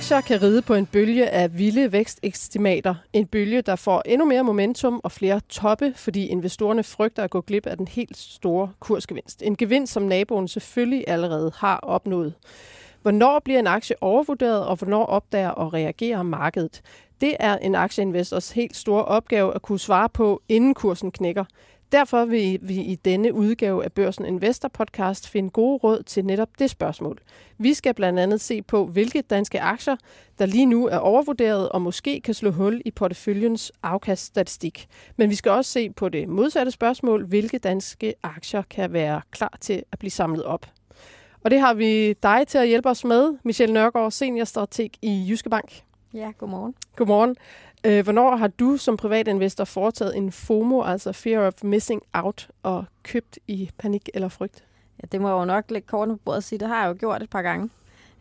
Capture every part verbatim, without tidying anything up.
Aktier kan ride på en bølge af vilde vækstestimater. En bølge, der får endnu mere momentum og flere toppe, fordi investorerne frygter at gå glip af den helt store kursgevinst. En gevinst, som naboen selvfølgelig allerede har opnået. Hvornår bliver en aktie overvurderet, og hvornår opdager og reagerer markedet? Det er en aktieinvestors helt store opgave at kunne svare på, inden kursen knækker. Derfor vil vi i denne udgave af Børsen Investor Podcast finde gode råd til netop det spørgsmål. Vi skal blandt andet se på, hvilke danske aktier, der lige nu er overvurderet og måske kan slå hul i porteføljens afkaststatistik. Men vi skal også se på det modsatte spørgsmål, hvilke danske aktier kan være klar til at blive samlet op. Og det har vi dig til at hjælpe os med, Michelle Nørgaard, seniorstrateg i Jyske Bank. Ja, godmorgen. Godmorgen. Hvornår har du som privatinvestor foretaget en FOMO, altså Fear of Missing Out, og købt i panik eller frygt? Ja, det må jeg jo nok lægge kort på bordet og sige, det har jeg jo gjort et par gange.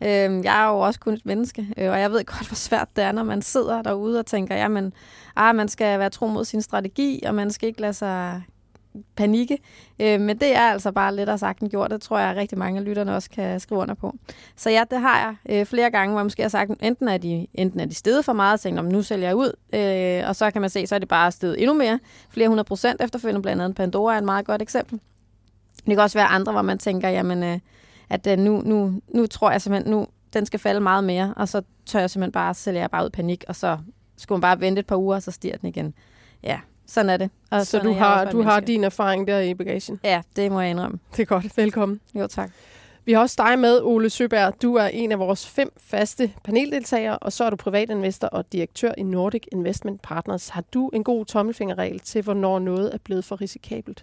Jeg er jo også kun et menneske, og jeg ved godt, hvor svært det er, når man sidder derude og tænker, jamen, ah, man skal være tro mod sin strategi, og man skal ikke lade sig panikke. Men det er altså bare lettere sagt end gjort. Det tror jeg, at rigtig mange af lytterne også kan skrive under på. Så ja, det har jeg flere gange, hvor jeg måske har sagt, enten er de, enten er de steget for meget, og tænkt, nu sælger jeg ud, og så kan man se, så er det bare steget endnu mere, flere hundrede procent efterfølgende, blandt andet Pandora er et meget godt eksempel. Det kan også være andre, hvor man tænker, jamen, at nu, nu, nu tror jeg simpelthen, nu den skal falde meget mere, og så tør jeg simpelthen bare, sælger jeg bare ud i panik, og så skulle man bare vente et par uger, og så stiger den igen. Ja. Sådan er det. Og så du har, du har din erfaring der i bagagen? Ja, det må jeg indrømme. Det er godt. Velkommen. Jo, tak. Vi har også dig med, Ole Søberg. Du er en af vores fem faste paneldeltagere, og så er du privatinvestor og direktør i Nordic Investment Partners. Har du en god tommelfingerregel til, hvornår noget er blevet for risikabelt?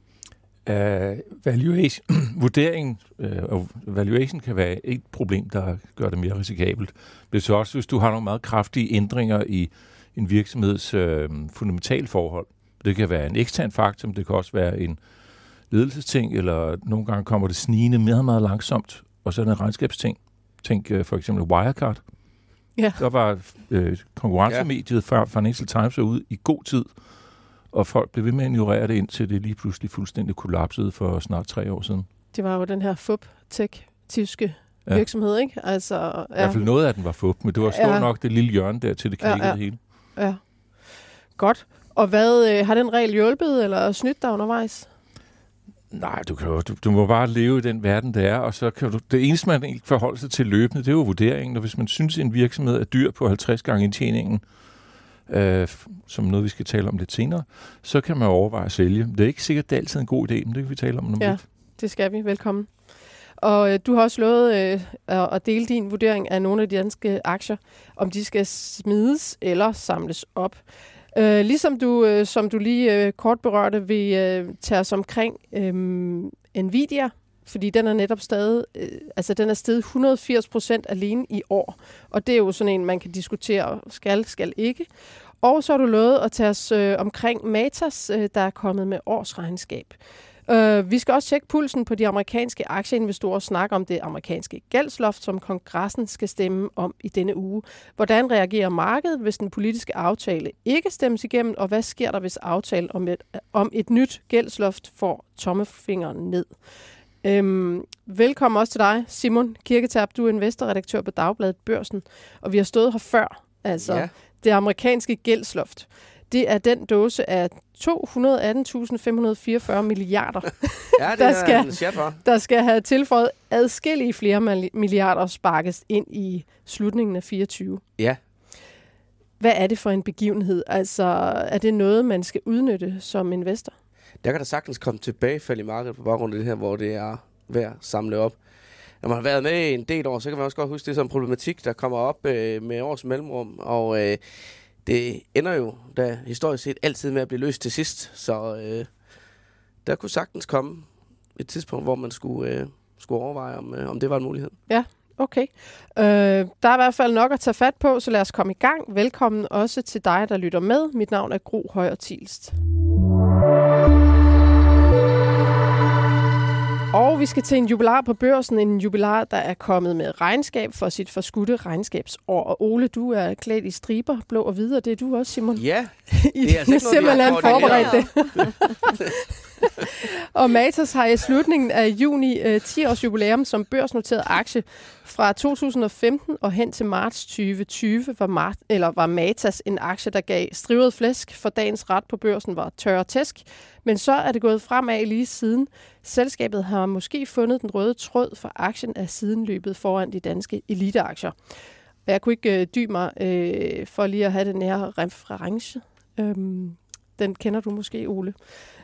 Uh, valuation, vurdering uh, og valuation kan være et problem, der gør det mere risikabelt. Det er også, hvis du har nogle meget kraftige ændringer i en virksomheds øh, fundamentale forhold. Det kan være en ekstern faktor, men det kan også være en ledelsesting, eller nogle gange kommer det snigende meget, meget langsomt, og så er det en regnskabsting. Tænk øh, for eksempel Wirecard. Ja. Der var øh, konkurrencemediet fra Financial Times ude i god tid, og folk blev ved med at ignorere det, indtil det lige pludselig fuldstændig kollapsede for snart tre år siden. Det var jo den her Fup-tech, tyske ja. virksomhed, ikke? Altså, ja. I hvert fald noget af den var fup, men det var stort ja. nok det lille hjørne der, til det knækkede ja, ja. det hele. Ja, godt. Og hvad øh, har den regel hjulpet, eller snydt dig undervejs? Nej, du, kan jo, du, du må bare leve i den verden, der er, og så kan du, det eneste, man ikke forholder sig til løbende, det er jo vurderingen. Og hvis man synes, en virksomhed er dyr på halvtreds gange indtjeningen, øh, som noget, vi skal tale om lidt senere, så kan man overveje at sælge. Det er ikke sikkert, det er altid en god idé, men det kan vi tale om om ja, lidt. Det skal vi. Velkommen. Og øh, du har også lovet øh, at dele din vurdering af nogle af de danske aktier, om de skal smides eller samles op. Øh, ligesom du, øh, som du lige øh, kort berørte, vil øh, tage os omkring øh, Nvidia, fordi den er netop stadig, øh, altså den er steget et hundrede og firs procent alene i år. Og det er jo sådan en, man kan diskutere, skal, skal ikke. Og så har du lovet at tage os øh, omkring Matas, øh, der er kommet med årsregnskab. Uh, vi skal også tjekke pulsen på de amerikanske aktieinvestorer og snakke om det amerikanske gældsloft, som kongressen skal stemme om i denne uge. Hvordan reagerer markedet, hvis den politiske aftale ikke stemmes igennem, og hvad sker der, hvis aftalen om et, om et nyt gældsloft får tommelfingeren ned? Øhm, velkommen også til dig, Simon Kirketab. Du er investorredaktør på Dagbladet Børsen, og vi har stået her før. Altså ja. Det amerikanske gældsloft. Det er den dåse af to hundrede og atten tusind fem hundrede og fireogfyrre milliarder, ja, det der, er skal, en chat for. der skal have tilføjet adskillige flere milliarder sparkes ind i slutningen af fireogtyve. Ja. Hvad er det for en begivenhed? Altså, er det noget, man skal udnytte som investor? Der kan der sagtens komme tilbagefald i markedet på baggrund af det her, hvor det er værd at samle op. Når man har været med en del år, så kan man også godt huske, det er sådan en problematik, der kommer op øh, med års mellemrum, og øh, det ender jo da historisk set altid med at blive løst til sidst, så øh, der kunne sagtens komme et tidspunkt, hvor man skulle, øh, skulle overveje, om, øh, om det var en mulighed. Ja, okay. Øh, der er i hvert fald nok at tage fat på, så lad os komme i gang. Velkommen også til dig, der lytter med. Mit navn er Gro Højer Thielst. Og vi skal til en jubilar på børsen, en jubilar, der er kommet med regnskab for sit forskudte regnskabsår. Og Ole, du er klædt i striber, blå og hvide, og det er du også, Simon. Ja, det er altså ikke noget, vi har forberedt det. Og Matas har i slutningen af juni øh, ti års jubilæum som børsnoteret aktie. Fra to tusind og femten og hen til marts tyve tyve var, Mart, eller var Matas en aktie, der gav strivet flæsk, for dagens ret på børsen var tørre tæsk. Men så er det gået fremad lige siden. Selskabet har måske fundet den røde tråd, for aktien er siden løbet foran de danske eliteaktier. Jeg kunne ikke øh, dybe mig øh, for lige at have den her reference. Øhm, den kender du måske, Ole.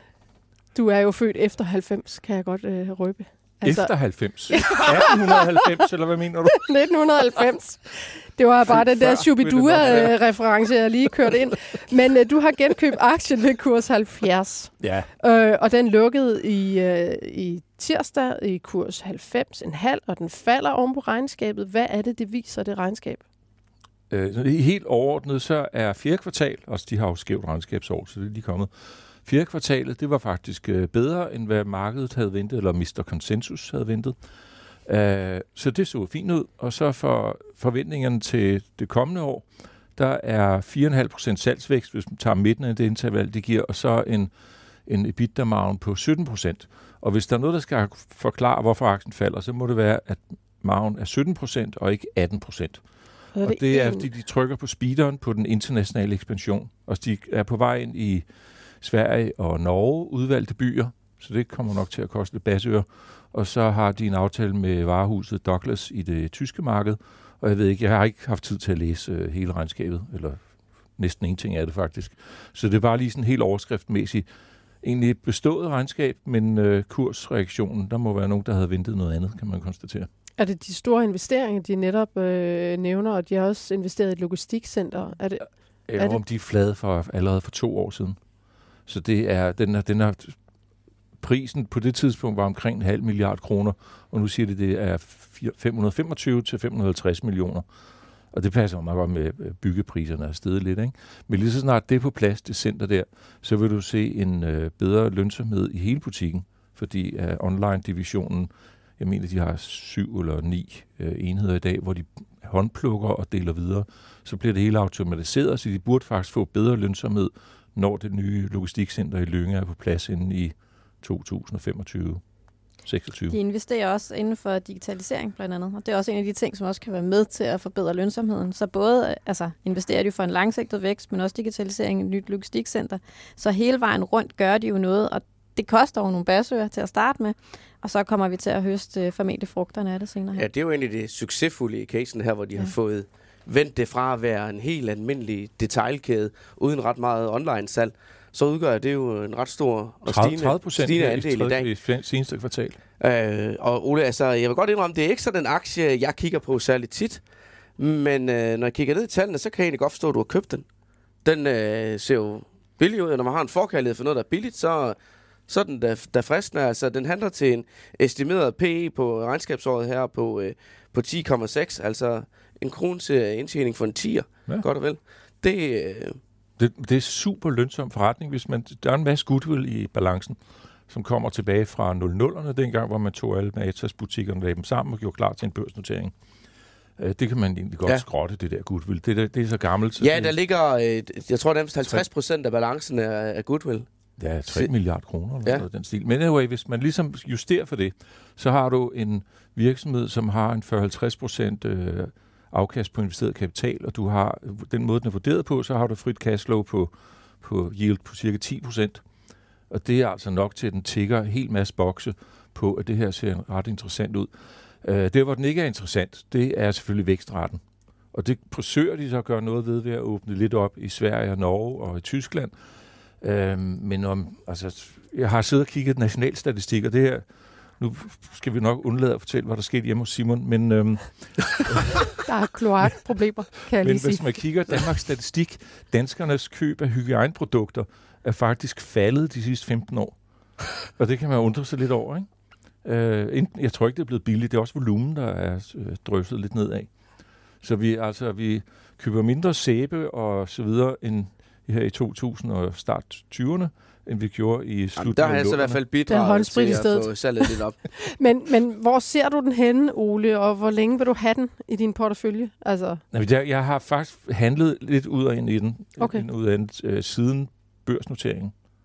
Du er jo født efter halvfems, kan jeg godt øh, røbe. Altså, efter halvfems? atten halvfems, eller hvad mener du? nitten halvfems. Det var bare den der Shubidua-reference, jeg lige kørte ind. Men øh, du har genkøbt aktien ved kurs halvfjerds. Ja. Øh, og den lukkede i, øh, i tirsdag i kurs halvfems komma fem, og den falder oven på regnskabet. Hvad er det, det viser, det regnskab? Øh, helt overordnet, så er fjerde kvartal, også de har jo skævt regnskabsår, så det er lige kommet. Fjerde kvartalet, det var faktisk øh, bedre, end hvad markedet havde ventet, eller mister Consensus havde ventet. Uh, så det så fint ud. Og så for forventningerne til det kommende år, der er fire komma fem procent salgsvækst, hvis man tager midten af det interval, det giver, og så en, en EBITDA-margen på sytten procent. Og hvis der er noget, der skal forklare, hvorfor aktien falder, så må det være, at margen er sytten procent og ikke atten procent. Og det, og det er, fordi de trykker på speederen på den internationale ekspansion. Og de er på vej ind i Sverige og Norge, udvalgte byer, så det kommer nok til at koste lidt basører. Og så har de en aftale med varehuset Douglas i det tyske marked, og jeg ved ikke, jeg har ikke haft tid til at læse uh, hele regnskabet, eller næsten ingenting af det faktisk. Så det er bare lige sådan helt overskriftmæssigt. Egentlig et bestået regnskab, men uh, kursreaktionen, der må være nogen, der havde ventet noget andet, kan man konstatere. Er det de store investeringer, de netop øh, nævner, og de har også investeret i et logistikcenter? Er det, ja, er om det? De er flade for, allerede for to år siden. Så det er, den er, den er, prisen på det tidspunkt var omkring en halv milliard kroner, og nu siger de, det er fem hundrede femogtyve til fem hundrede halvtreds millioner. Og det passer jo meget godt med byggepriserne er steget lidt, ikke? Men lige så snart det er på plads, det center der, så vil du se en øh, bedre lønsomhed i hele butikken, fordi uh, online-divisionen, jeg mener, de har syv eller ni øh, enheder i dag, hvor de håndplukker og deler videre. Så bliver det hele automatiseret, så de burde faktisk få bedre lønsomhed, når det nye logistikcenter i Lynge er på plads inden i to tusind femogtyve seksogtyve. De investerer også inden for digitalisering blandt andet, og det er også en af de ting, som også kan være med til at forbedre lønsomheden. Så både altså, investerer de for en langsigtet vækst, men også digitalisering i et nyt logistikcenter. Så hele vejen rundt gør de jo noget, og det koster jo nogle basører til at starte med, og så kommer vi til at høste formentlig frugterne af det senere her. Ja, det er jo egentlig det succesfulde i casen her, hvor de ja. har fået vendt det fra at være en helt almindelig detailkæde, uden ret meget online-salg, så udgør det jo en ret stor og stigende, stigende andel i dag. I seneste kvartal. Øh, og Ole, altså, jeg vil godt indrømme, det er ikke sådan en aktie, jeg kigger på særligt tit, men øh, når jeg kigger ned i tallene, så kan jeg egentlig godt forstå, at du har købt den. Den øh, ser jo billig ud, og når man har en forkærlighed for noget, der er billigt, så så er den der, der fristende. Altså, den handler til en estimeret P E på regnskabsåret her på, øh, på ti komma seks, altså en krons indtjening for en tier, ja. Godt og vel. Det, øh... det, det er super lønsom forretning, hvis man, der er en masse goodwill i balancen, som kommer tilbage fra nul nullerne dengang, hvor man tog alle Matas butikkerne, lagde dem sammen og gjorde klar til en børsnotering. Det kan man egentlig godt ja. skrotte, det der goodwill. Det, det, det er så gammelt. Så ja, det, der ligger, øh, jeg tror nærmest halvtreds procent af balancen er, er goodwill. Ja, tre milliarder kroner eller ja. noget den stil. Men anyway, hvis man ligesom justerer for det, så har du en virksomhed, som har en fyrre til halvtreds procent øh, afkast på investeret kapital, og du har den måde, den er vurderet på, så har du frit cashflow på, på yield på cirka ti procent. Og det er altså nok til, at den tigger en hel masse bokse på, at det her ser ret interessant ud. Øh, der, hvor den ikke er interessant, det er selvfølgelig vækstraten. Og det forsøger de så at gøre noget ved ved at åbne lidt op i Sverige og Norge og i Tyskland. Øhm, men om, altså, jeg har siddet og kigget nationalstatistik, og det her, nu skal vi nok undlade at fortælle, hvad der skete hjemme hos Simon, men... Øhm, der er kloakproblemer, kan jeg lige sige. Men hvis man kigger Danmarks statistik, danskernes køb af hygiejneprodukter er faktisk faldet de sidste femten år. Og det kan man undre sig lidt over, ikke? Øh, jeg tror ikke, det er blevet billigt. Det er også volumen, der er øh, drøsset lidt nedad. Så vi, altså, vi køber mindre sæbe og så videre end her i to tusind og start tyverne, end vi gjorde i slutningen af der har jeg så i hvert fald bidraget til at få salget lidt op. men, men hvor ser du den henne, Ole, og hvor længe vil du have den i din portefølje? Altså... Jeg, jeg har faktisk handlet lidt ud af ind i den, okay. ind ud af den, øh, siden børsnoteringen.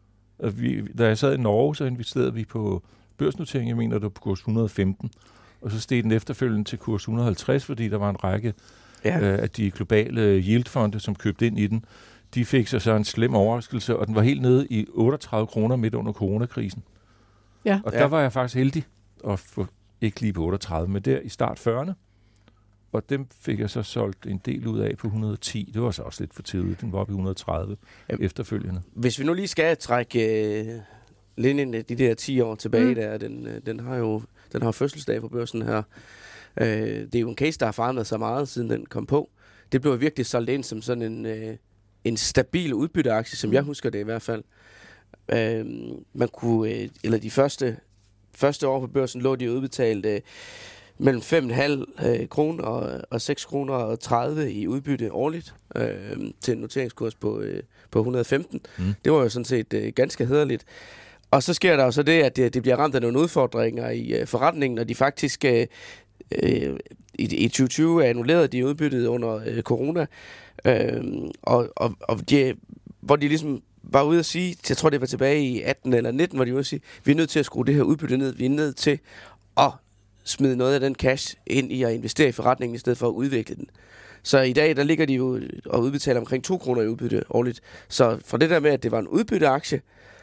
Og vi, da jeg sad i Norge, så investerede vi på børsnotering, jeg mener, det var på kurs et hundrede og femten. Og så steg den efterfølgende til kurs et hundrede og halvtreds, fordi der var en række ja. øh, af de globale yieldfonde, som købte ind i den. De fik sig så en slem overraskelse, og den var helt nede i otteogtredive kroner midt under coronakrisen. Ja. Og der ja. var jeg faktisk heldig at få, ikke lige på otteogtredive, men der i start fyrrerne. Og dem fik jeg så solgt en del ud af på et hundrede og ti. Det var så også lidt for tidligt. Den var oppe i et hundrede og tredive ja. efterfølgende. Hvis vi nu lige skal trække øh, linjen de der ti år tilbage, mm. der, den, den har jo den har fødselsdag på børsen her. Øh, det er jo en case, der har forandret sig meget, siden den kom på. Det blev virkelig solgt ind som sådan en, øh, en stabil udbytteaktie, som mm. jeg husker det i hvert fald. Øh, man kunne, øh, eller de første, første år på børsen lå de udbetalt øh, mellem fem komma fem øh, kroner og, og seks kroner og tredive i udbytte årligt øh, til en noteringskurs på, øh, på et hundrede og femten. Mm. Det var jo sådan set øh, ganske hæderligt. Og så sker der jo så det, at det, det bliver ramt af nogle udfordringer i øh, forretningen, og de faktisk øh, øh, i, i tyve tyve er annulleret de udbyttet under øh, corona. Øh, og, og, og de, hvor de ligesom var ude at sige, jeg tror det var tilbage i atten eller nitten, hvor de var ude at sige, vi er nødt til at skrue det her udbytte ned, vi er nødt til at smide noget af den cash ind i at investere i forretningen, i stedet for at udvikle den. Så i dag, der ligger de jo og udbetaler omkring to kroner i udbytte årligt. Så fra det der med, at det var en udbytteaktie,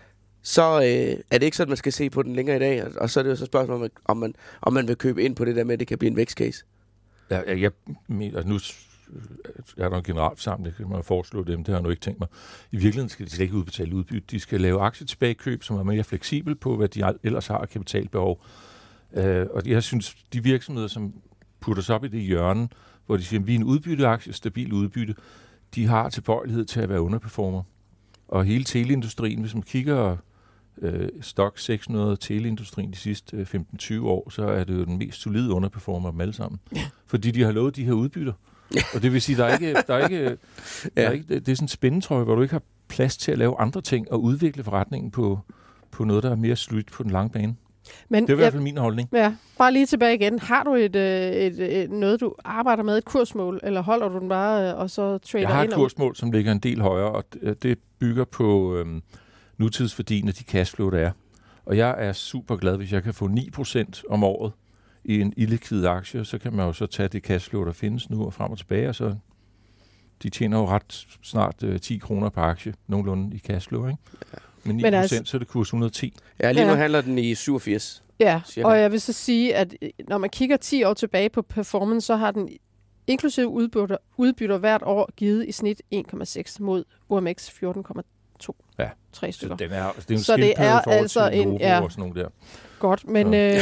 så øh, er det ikke sådan, man skal se på den længere i dag. Og, og så er det jo så spørgsmålet, om man, om man vil købe ind på det der med, at det kan blive en vækstcase. Ja, jeg, jeg mener, nu er der en generalforsamling, det kan man foreslå dem, det har jeg nu ikke tænkt mig. I virkeligheden skal de slet ikke udbetale udbytte. De skal lave aktietilbagekøb, som er mere fleksibel på, hvad de ellers har af kapitalbehov. Uh, og jeg synes, de virksomheder, som putter sig op i det hjørne, hvor de siger, at vi er en udbytteaktie, stabil udbytte, de har tilbøjelighed til at være underperformer. Og hele teleindustrien, hvis man kigger uh, stok seks hundrede teleindustrien de sidste uh, femten til tyve år, så er det jo den mest solide underperformer af dem alle sammen. Ja. Fordi de har lovet de her udbytter. Ja. Og det vil sige, der er ikke, der er ikke, ja. der er ikke det er sådan en spændetrøje, hvor du ikke har plads til at lave andre ting og udvikle forretningen på, på noget, der er mere slut på den lange bane. Men det er i hvert fald min holdning. Ja, bare lige tilbage igen. Har du et, et, et, et noget, du arbejder med, et kursmål, eller holder du den bare og så trader ind? Jeg har et kursmål, som ligger en del højere, og det bygger på øhm, nutidsværdien af de cashflow, der er. Og jeg er super glad, hvis jeg kan få ni procent om året i en illikvid aktie, så kan man jo så tage det cashflow, der findes nu og frem og tilbage, og så de tjener jo ret snart øh, ti kroner per aktie, nogenlunde i cashflow, ikke? Ja. Men ni procent, altså, så er det kurs et hundrede og ti. Ja, lige nu ja. handler den i syvogfirs. Ja, cirka. Og jeg vil så sige, at når man kigger ti år tilbage på performance, så har den inklusive udbytter, udbytter hvert år givet i snit en komma seks mod O M X fjorten komma to. Ja, tre stykker. Så, den er, det er en så det er altså en ja, og sådan nogle der. Godt, men... Øh,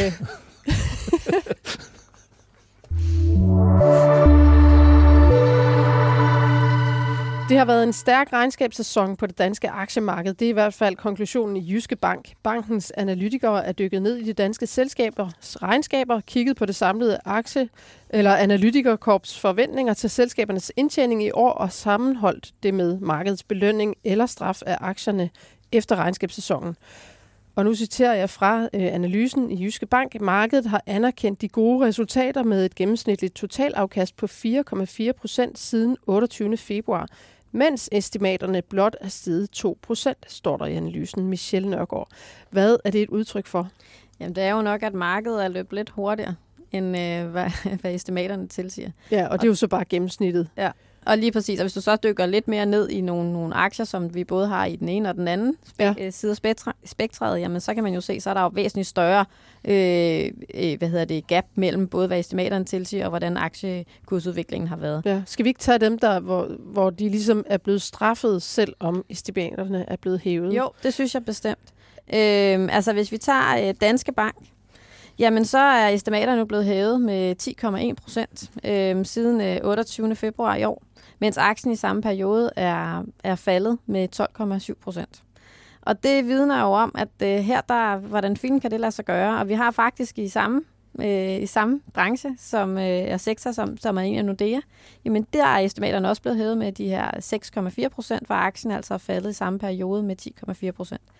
Det har været en stærk regnskabssæson på det danske aktiemarked. Det er i hvert fald konklusionen i Jyske Bank. Bankens analytikere er dykket ned i de danske selskabers regnskaber, kigget på det samlede aktie- eller analytikerkorps forventninger til selskabernes indtjening i år og sammenholdt det med markedets belønning eller straf af aktierne efter regnskabssæsonen. Og nu citerer jeg fra øh, analysen i Jyske Bank. Markedet har anerkendt de gode resultater med et gennemsnitligt totalafkast på fire komma fire procent siden otteogtyvende februar, mens estimaterne blot er steget to procent, står der i analysen. Michelle Nørgaard. Hvad er det et udtryk for? Jamen, det er jo nok, at markedet er løbet lidt hurtigere, end øh, hvad, hvad estimaterne tilsiger. Ja, og det er jo så bare gennemsnittet. Ja. Og lige præcis, og hvis du så dykker lidt mere ned i nogle, nogle aktier, som vi både har i den ene og den anden spek- ja. side af spektra- spektret, jamen så kan man jo se, så er der jo væsentligt større øh, øh, hvad hedder det, gap mellem både hvad estimaterne tilsiger og hvordan aktiekursudviklingen har været. Ja. Skal vi ikke tage dem, der, hvor, hvor de ligesom er blevet straffet, selvom estimaterne er blevet hævet? Jo, det synes jeg bestemt. Øh, altså hvis vi tager øh, Danske Bank, jamen så er estimaterne blevet hævet med ti komma en procent øh, siden øh, otteogtyvende februar i år, mens aktien i samme periode er, er faldet med tolv komma syv procent. Og det vidner jo om, at øh, her, der, hvordan fint kan det lade sig gøre, og vi har faktisk i samme, øh, i samme branche, som øh, er sektor, som, som er en af Nordea, jamen der er estimaterne også blevet hævet med de her seks komma fire procent, hvor aktien altså er faldet i samme periode med ti komma fire procent.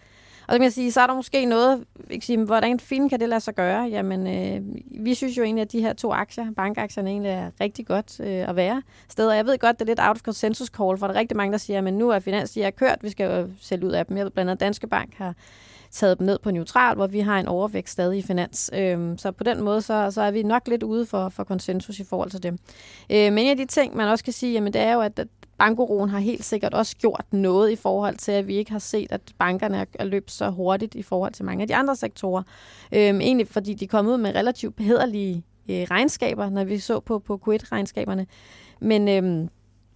Og så kan jeg sige, så er der måske noget, ikke sige, hvordan fint kan det lade sig gøre? Jamen, øh, vi synes jo egentlig, at de her to aktier, bankaktierne, egentlig er rigtig godt øh, at være steder. Jeg ved godt, det er lidt out of consensus call, for der er rigtig mange, der siger, at nu er Finans, de er kørt, vi skal jo sælge ud af dem. Jeg ved blandt andet, Danske Bank har taget dem ned på neutral, hvor vi har en overvækst stadig i Finans. Øhm, så på den måde, så, så er vi nok lidt ude for, for konsensus i forhold til dem. Øh, men en af de ting, man også kan sige, jamen, det er jo, at bankuroen har helt sikkert også gjort noget i forhold til, at vi ikke har set, at bankerne er løbet så hurtigt i forhold til mange af de andre sektorer. Øhm, egentlig fordi de kom ud med relativt hæderlige øh, regnskaber, når vi så på, på Q et-regnskaberne. Men øhm,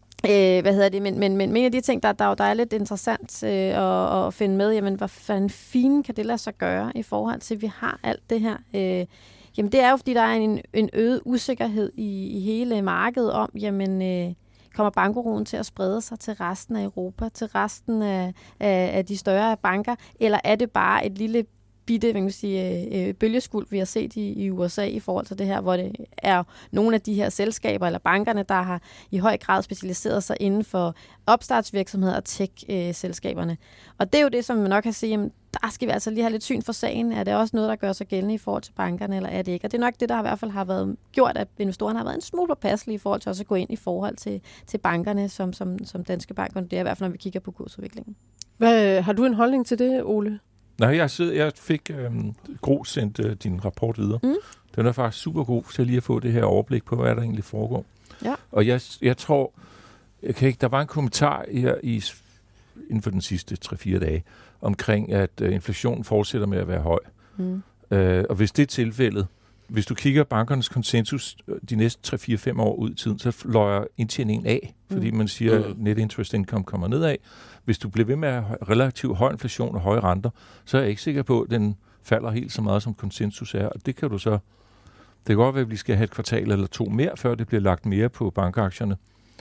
Øh, hvad hedder det? Men, men, men en af de ting, der, der, der er lidt interessant øh, at, at finde med, jamen, hvor fanden fine kan det lade sig gøre i forhold til, at vi har alt det her? Øh, jamen, det er jo, fordi der er en, en øget usikkerhed i, i hele markedet om, jamen, øh, kommer bankuroen til at sprede sig til resten af Europa, til resten af, af, af de større banker, eller er det bare et lille bitte, hvad kan man sige, øh, bølgeskuld, vi har set i, i U S A i forhold til det her, hvor det er nogle af de her selskaber eller bankerne, der har i høj grad specialiseret sig inden for opstartsvirksomheder og tech-selskaberne. Og det er jo det, som man nok kan sige, jamen, der skal vi altså lige have lidt syn for sagen. Er det også noget, der gør sig gældende i forhold til bankerne, eller er det ikke? Og det er nok det, der i hvert fald har været gjort, at investorerne har været en smule påpasselige i forhold til også at gå ind i forhold til, til bankerne, som, som, som Danske Bank, og det er i hvert fald, når vi kigger på kursudviklingen. Hvad, har du en holdning til det, Ole? Nej, jeg, sidder, jeg fik øhm, Gro sendt øh, din rapport videre. Mm. Den er faktisk super god til lige at få det her overblik på, hvad der egentlig foregår. Ja. Og jeg, jeg tror, jeg kan ikke, der var en kommentar her i, inden for den sidste tre fire dage, omkring, at øh, inflationen fortsætter med at være høj. Mm. Øh, og hvis det er tilfældet, hvis du kigger bankernes konsensus de næste tre fire fem år ud i tiden, så løjer indtjeningen af, fordi man siger, at net interest income kommer nedad. Hvis du bliver ved med at have relativt høj inflation og høje renter, så er jeg ikke sikker på, at den falder helt så meget, som konsensus er. Og det kan du så... Det kan godt være, at vi skal have et kvartal eller to mere, før det bliver lagt mere på bankaktierne.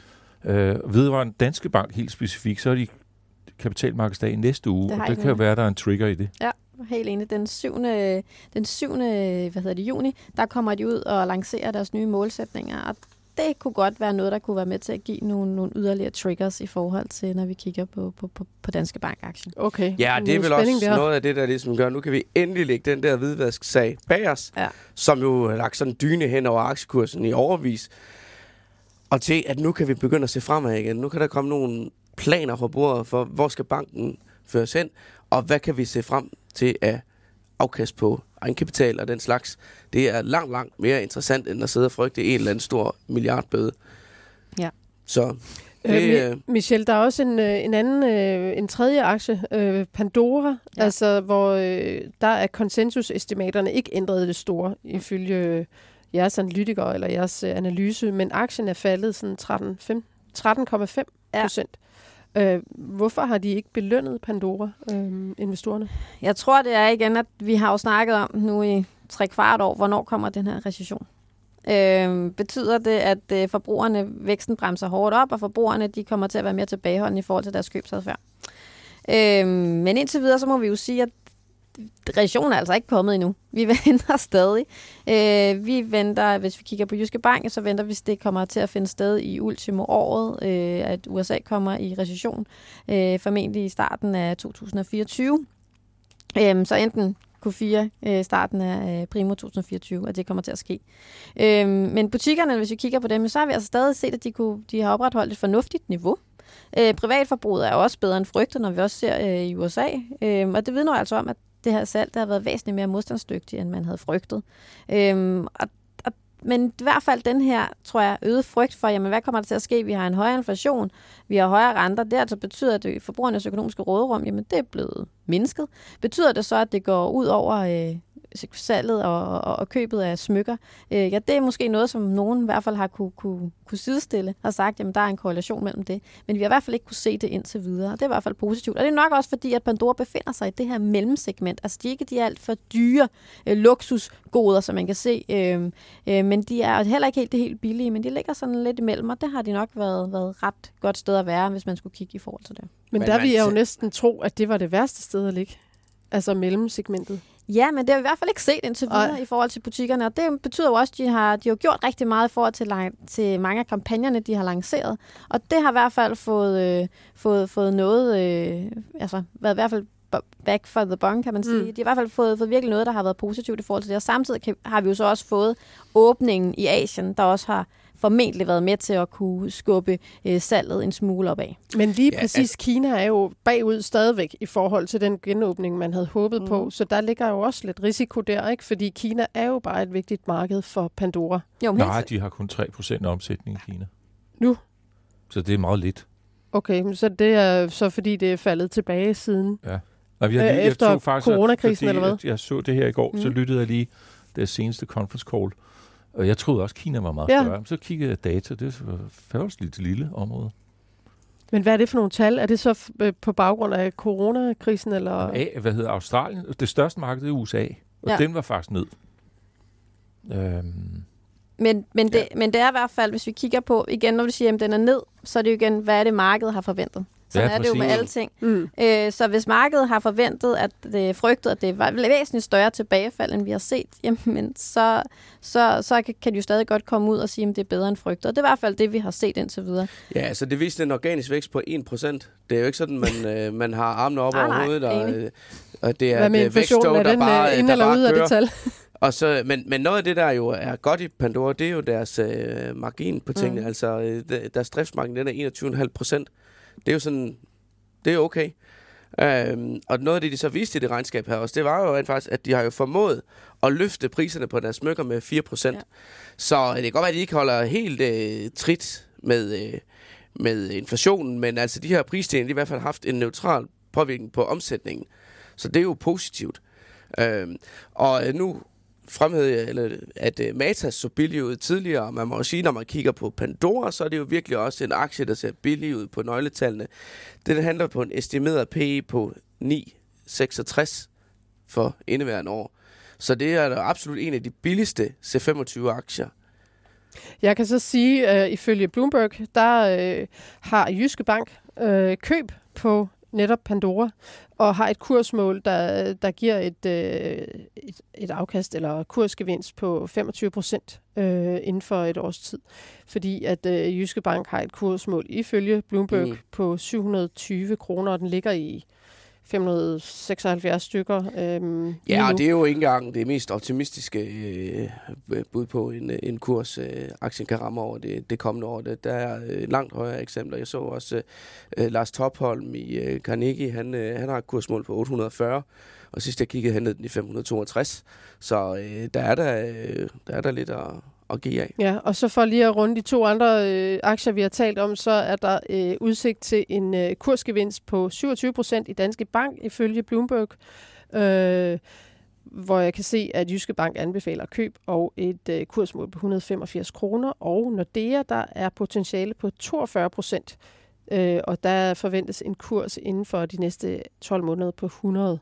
Øh, vedrørende Danske Bank helt specifikt, så er de kapitalmarkedsdag i næste uge, det og det kan jo være, at der er en trigger i det. Ja, helt enig. Den syvende, den syvende hvad hedder det, juni, der kommer de ud og lancerer deres nye målsætninger, og det kunne godt være noget, der kunne være med til at give nogle, nogle yderligere triggers i forhold til, når vi kigger på, på, på, på Danske Bank-aktien. Okay. Ja, det er vel også der. Noget af det, der ligesom gør, nu kan vi endelig lægge den der hvidvasksag bag os, ja. Som jo har lagt sådan en dyne hen over aktiekursen i overvis, og til, at nu kan vi begynde at se fremad igen. Nu kan der komme nogle planer på bordet for, hvor skal banken føres hen, og hvad kan vi se frem til af afkast på egenkapital og den slags. Det er langt, langt mere interessant, end at sidde og frygte en eller anden stor milliardbøde. Ja. Så det, øh, Michelle, der er også en, en anden, øh, en tredje aktie, øh, Pandora, ja. Altså, hvor øh, der er konsensusestimaterne ikke ændret det store, ifølge jeres analytikere eller jeres øh, analyse, men aktien er faldet sådan tretten komma fem procent. Ja. Øh, hvorfor har de ikke belønnet Pandora, øh, investorerne? Jeg tror, det er igen, at vi har jo snakket om nu i tre kvart år, hvornår kommer den her recession. Øh, betyder det, at øh, forbrugerne, væksten bremser hårdt op, og forbrugerne de kommer til at være mere tilbageholdende i forhold til deres købsadfærd? Øh, men indtil videre, så må vi jo sige, at recessionen er altså ikke kommet endnu. Vi venter stadig. Øh, vi venter, hvis vi kigger på Jyske Bank, så venter vi, at det kommer til at finde sted i ultimo året, øh, at U S A kommer i recession, øh, formentlig i starten af to tusind og fireogtyve. Øh, så enten Q fire, øh, starten af øh, primo to tusind og fireogtyve, at det kommer til at ske. Øh, men butikkerne, hvis vi kigger på dem, så har vi altså stadig set, at de, kunne, de har opretholdt et fornuftigt niveau. Øh, privatforbruget er også bedre end frygtet, når vi også ser øh, i U S A. Øh, og det vidner altså om, at det her salg, der har været væsentligt mere modstandsdygtigt, end man havde frygtet. Øhm, og, og, men i hvert fald den her, tror jeg, øget frygt for, jamen hvad kommer der til at ske? Vi har en højere inflation, vi har højere renter, det altså betyder, at det, forbrugernes økonomiske råderum, jamen det er blevet mindsket. Betyder det så, at det går ud over øh, salget og, og, og købet af smykker? Øh, ja, det er måske noget, som nogen i hvert fald har kunne, kunne, kunne sidestille, og sagt, jamen der er en korrelation mellem det. Men vi har i hvert fald ikke kunne se det indtil videre, og det er i hvert fald positivt. Og det er nok også fordi, at Pandora befinder sig i det her mellemsegment. Altså de er ikke de er alt for dyre øh, luksusgoder, som man kan se, øh, øh, men de er heller ikke helt det helt billige, men de ligger sådan lidt imellem, og det har de nok været, været ret godt sted at være, hvis man skulle kigge i forhold til det. Men, men der vil jeg jo næsten tro, at det var det værste sted at ligge. Altså mellemsegmentet. Ja, men det har vi i hvert fald ikke set indtil videre Ej. i forhold til butikkerne, og det betyder jo også, at de har, de har gjort rigtig meget i forhold til, til mange af kampagnerne, de har lanceret, og det har i hvert fald fået, øh, fået, fået noget, øh, altså været i hvert fald back for the bunk, kan man sige. Mm. De har i hvert fald fået, fået virkelig noget, der har været positivt i forhold til det. Og samtidig kan, har vi jo så også fået åbningen i Asien, der også har formentlig været med til at kunne skubbe øh, salget en smule opad. Men lige Ja, præcis altså- Kina er jo bagud stadigvæk i forhold til den genåbning, man havde håbet mm. på. Så der ligger jo også lidt risiko der, ikke? Fordi Kina er jo bare et vigtigt marked for Pandora. Jo, Nej, de har kun tre procent omsætning i Kina. Nu? Så det er meget lidt. Okay, men så det er så fordi, det er faldet tilbage siden. Ja. Og jeg, Øh, jeg efter tog faktisk, coronakrisen, fordi, eller hvad? at Jeg så det her i går, mm. så Mm. lyttede jeg lige det seneste conference call. Og jeg troede også, Kina var meget Ja. større. Så kiggede jeg data, det er forholdsvis lille område. Men hvad er det for nogle tal? Er det så f- øh, på baggrund af coronakrisen? Eller? A, hvad hedder Australien? Det største marked er U S A, og Ja. den var faktisk ned. Øhm, Men, men, det, Ja. men det er i hvert fald, hvis vi kigger på, igen når vi siger, at den er ned, så er det jo igen, hvad er det markedet har forventet. Sådan Ja, er det jo med præcis. alting. Mm. Øh, så hvis markedet har forventet, at det frygtet, at det var væsentligt større tilbagefald, end vi har set, jamen, så, så, så kan, kan de jo stadig godt komme ud og sige, at det er bedre end frygtet. Og det er i hvert fald det, vi har set indtil videre. Ja, altså det viste en organisk vækst på en procent. Det er jo ikke sådan, man, øh, man har armene op Ah, over nej, hovedet, og, enig. øh, og det er Hvad med et inflationen? væksttog, Er der den bare, øh, ind der eller bare ud af kører. det tal? Og så, men, men noget af det, der jo er godt i Pandora, det er jo deres øh, margin på tingene. Mm. Altså øh, de- deres driftsmargin, den er enogtyve komma fem procent. Det er jo sådan, det er okay. Øhm, og noget af det, de så viste i det regnskab her også, det var jo rent faktisk, at de har jo formået at løfte priserne på deres smykker med fire procent. Ja. Så øh, det kan godt være, at de ikke holder helt øh, trit med, øh, med inflationen, men altså de her prisstigninger, de har i hvert fald haft en neutral påvirkning på omsætningen. Så det er jo positivt. Øhm, og øh, nu fremhævede jeg, eller, at uh, Matas så billig ud tidligere, og man må jo sige, når man kigger på Pandora, så er det jo virkelig også en aktie, der ser billig ud på nøgletallene. Det handler på en estimeret P E på ni komma seksogtres for indeværende år. Så det er da absolut en af de billigste C femogtyve aktier. Jeg kan så sige, at uh, ifølge Bloomberg, der uh, har Jyske Bank uh, køb på netop Pandora, og har et kursmål, der, der giver et, øh, et, et afkast eller kursgevinst på femogtyve procent øh, inden for et års tid. Fordi at øh, Jyske Bank har et kursmål ifølge Bloomberg mm. på syv hundrede og tyve kroner, og den ligger i fem hundrede og seksoghalvfjerds stykker. Øhm, Ja, og det er jo ikke engang det mest optimistiske øh, bud på en, en kurs, øh, aktien kan ramme over det, det kommende år. Det, der er øh, langt højere eksempler. Jeg så også øh, Lars Topholm i øh, Carnegie, han, øh, han har et kursmål på otte hundrede og fyrre, og sidst jeg kiggede, han ned den i fem hundrede og toogtres. Så øh, der, er der, øh, der er der lidt at, at give af. Ja, og så for lige at runde de to andre øh, aktier, vi har talt om, så er der øh, udsigt til en øh, kursgevinst på syvogtyve procent i Danske Bank, ifølge Bloomberg, øh, hvor jeg kan se, at Jyske Bank anbefaler køb og et øh, kursmål på et hundrede og femogfirs kroner, og Nordea, der er potentiale på toogfyrre procent, øh, og der forventes en kurs inden for de næste tolv måneder på hundrede.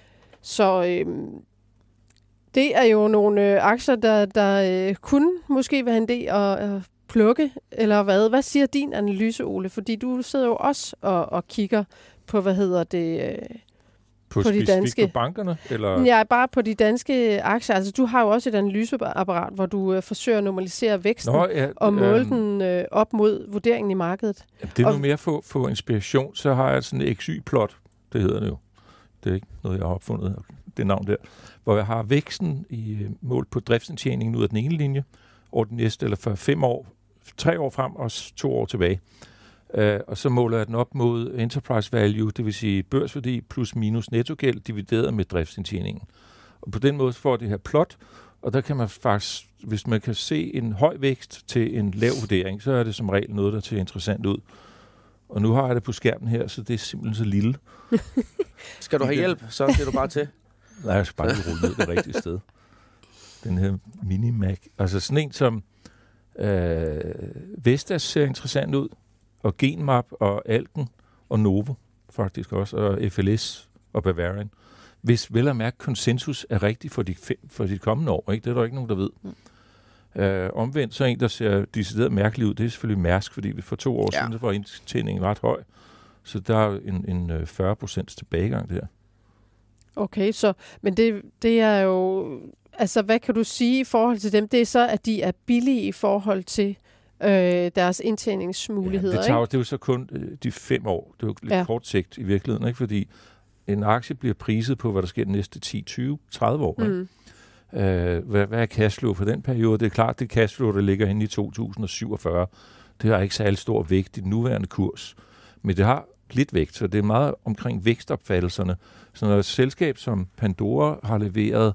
Så øh, det er jo nogle øh, aktier, der, der øh, kunne måske være en idé at øh, plukke, eller hvad? Hvad siger din analyse, Ole? Fordi du sidder jo også og, og kigger på, hvad hedder det... Øh, på, på de danske på bankerne? Eller? Ja, bare på de danske aktier. Altså, du har jo også et analyseapparat, hvor du øh, forsøger at normalisere væksten Nå, ja, og måle øhm, den øh, op mod vurderingen i markedet. Jamen, det er og, nu mere for, for inspiration. Så har jeg sådan et X Y-plot, det hedder det jo. Det er ikke noget, jeg har opfundet, det navn der. Hvor jeg har væksten i mål på driftsindtjeningen ud af den ene linje, over den næste, eller for fem år, tre år frem og to år tilbage. Uh, og så måler jeg den op mod enterprise value, det vil sige børsværdi plus minus nettogæld, divideret med driftsindtjeningen. Og på den måde får det her plot, og der kan man faktisk, hvis man kan se en høj vækst til en lav vurdering, så er det som regel noget, der ser interessant ud. Og nu har jeg det på skærmen her, så det er simpelthen så lille. Skal du have hjælp, så siger du bare til. Nej, jeg skal bare lige rulle ned det rigtige sted. Den her mini-Mac. Altså sådan en som øh, Vestas ser interessant ud, og Genmap og Alken og Novo faktisk også, og F L S og Bavarian. Hvis vel at mærke konsensus er rigtig for de, fem, for de kommende år, ikke? Det er der ikke nogen, der ved. Mm. Øh, omvendt så en, der ser decideret mærkelig ud, det er selvfølgelig Mærsk, fordi vi for to år ja. siden var indtjeningen ret høj. Så der er en, en fyrre procent tilbagegang der. Okay, så, men det, det er jo, altså hvad kan du sige i forhold til dem? Det er så, at de er billige i forhold til øh, deres indtjeningsmuligheder, ja, det, tager, ikke? det er jo så kun øh, de fem år. Det er jo lidt ja. kort sigt i virkeligheden, ikke? Fordi en aktie bliver priset på, hvad der sker de næste ti, tyve, tredive år. Mm. Øh, hvad, hvad er cashflow for den periode? Det er klart, det cashflow, der ligger inde i to tusind syvogfyrre, det har ikke særlig stor vægt i den nuværende kurs. Men det har lidt vægt, så det er meget omkring vækstopfattelserne. Så når et selskab som Pandora har leveret,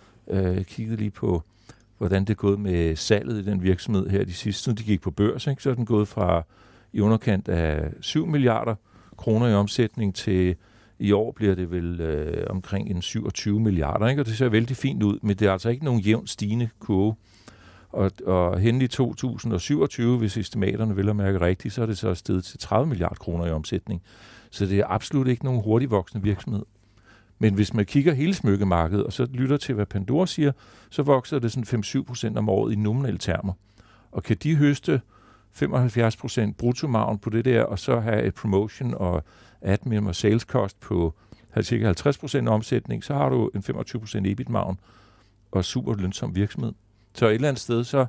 øh, kigget lige på, hvordan det er gået med salget i den virksomhed her de sidste, siden de gik på børs, ikke? Så er den gået fra i underkant af syv milliarder kroner i omsætning til i år bliver det vel øh, omkring en syvogtyve milliarder, ikke? Og det ser vældig fint ud, men det er altså ikke nogen jævnt stigende kurve. Og, og hen i to tusind syvogtyve, hvis estimaterne vil at mærke rigtigt, så er det så steget til tredive milliarder kroner i omsætning. Så det er absolut ikke nogen hurtigt voksende virksomhed. Men hvis man kigger hele smykkemarkedet, og så lytter til, hvad Pandora siger, så vokser det sådan fem til syv procent om året i nominelle termer. Og kan de høste femoghalvfjerds procent bruttomargen på det der, og så have et promotion og admin og sales cost på cirka halvtreds procent omsætning, så har du en femogtyve procent E B I T-margen og super lønsom virksomhed. Så et eller andet sted, så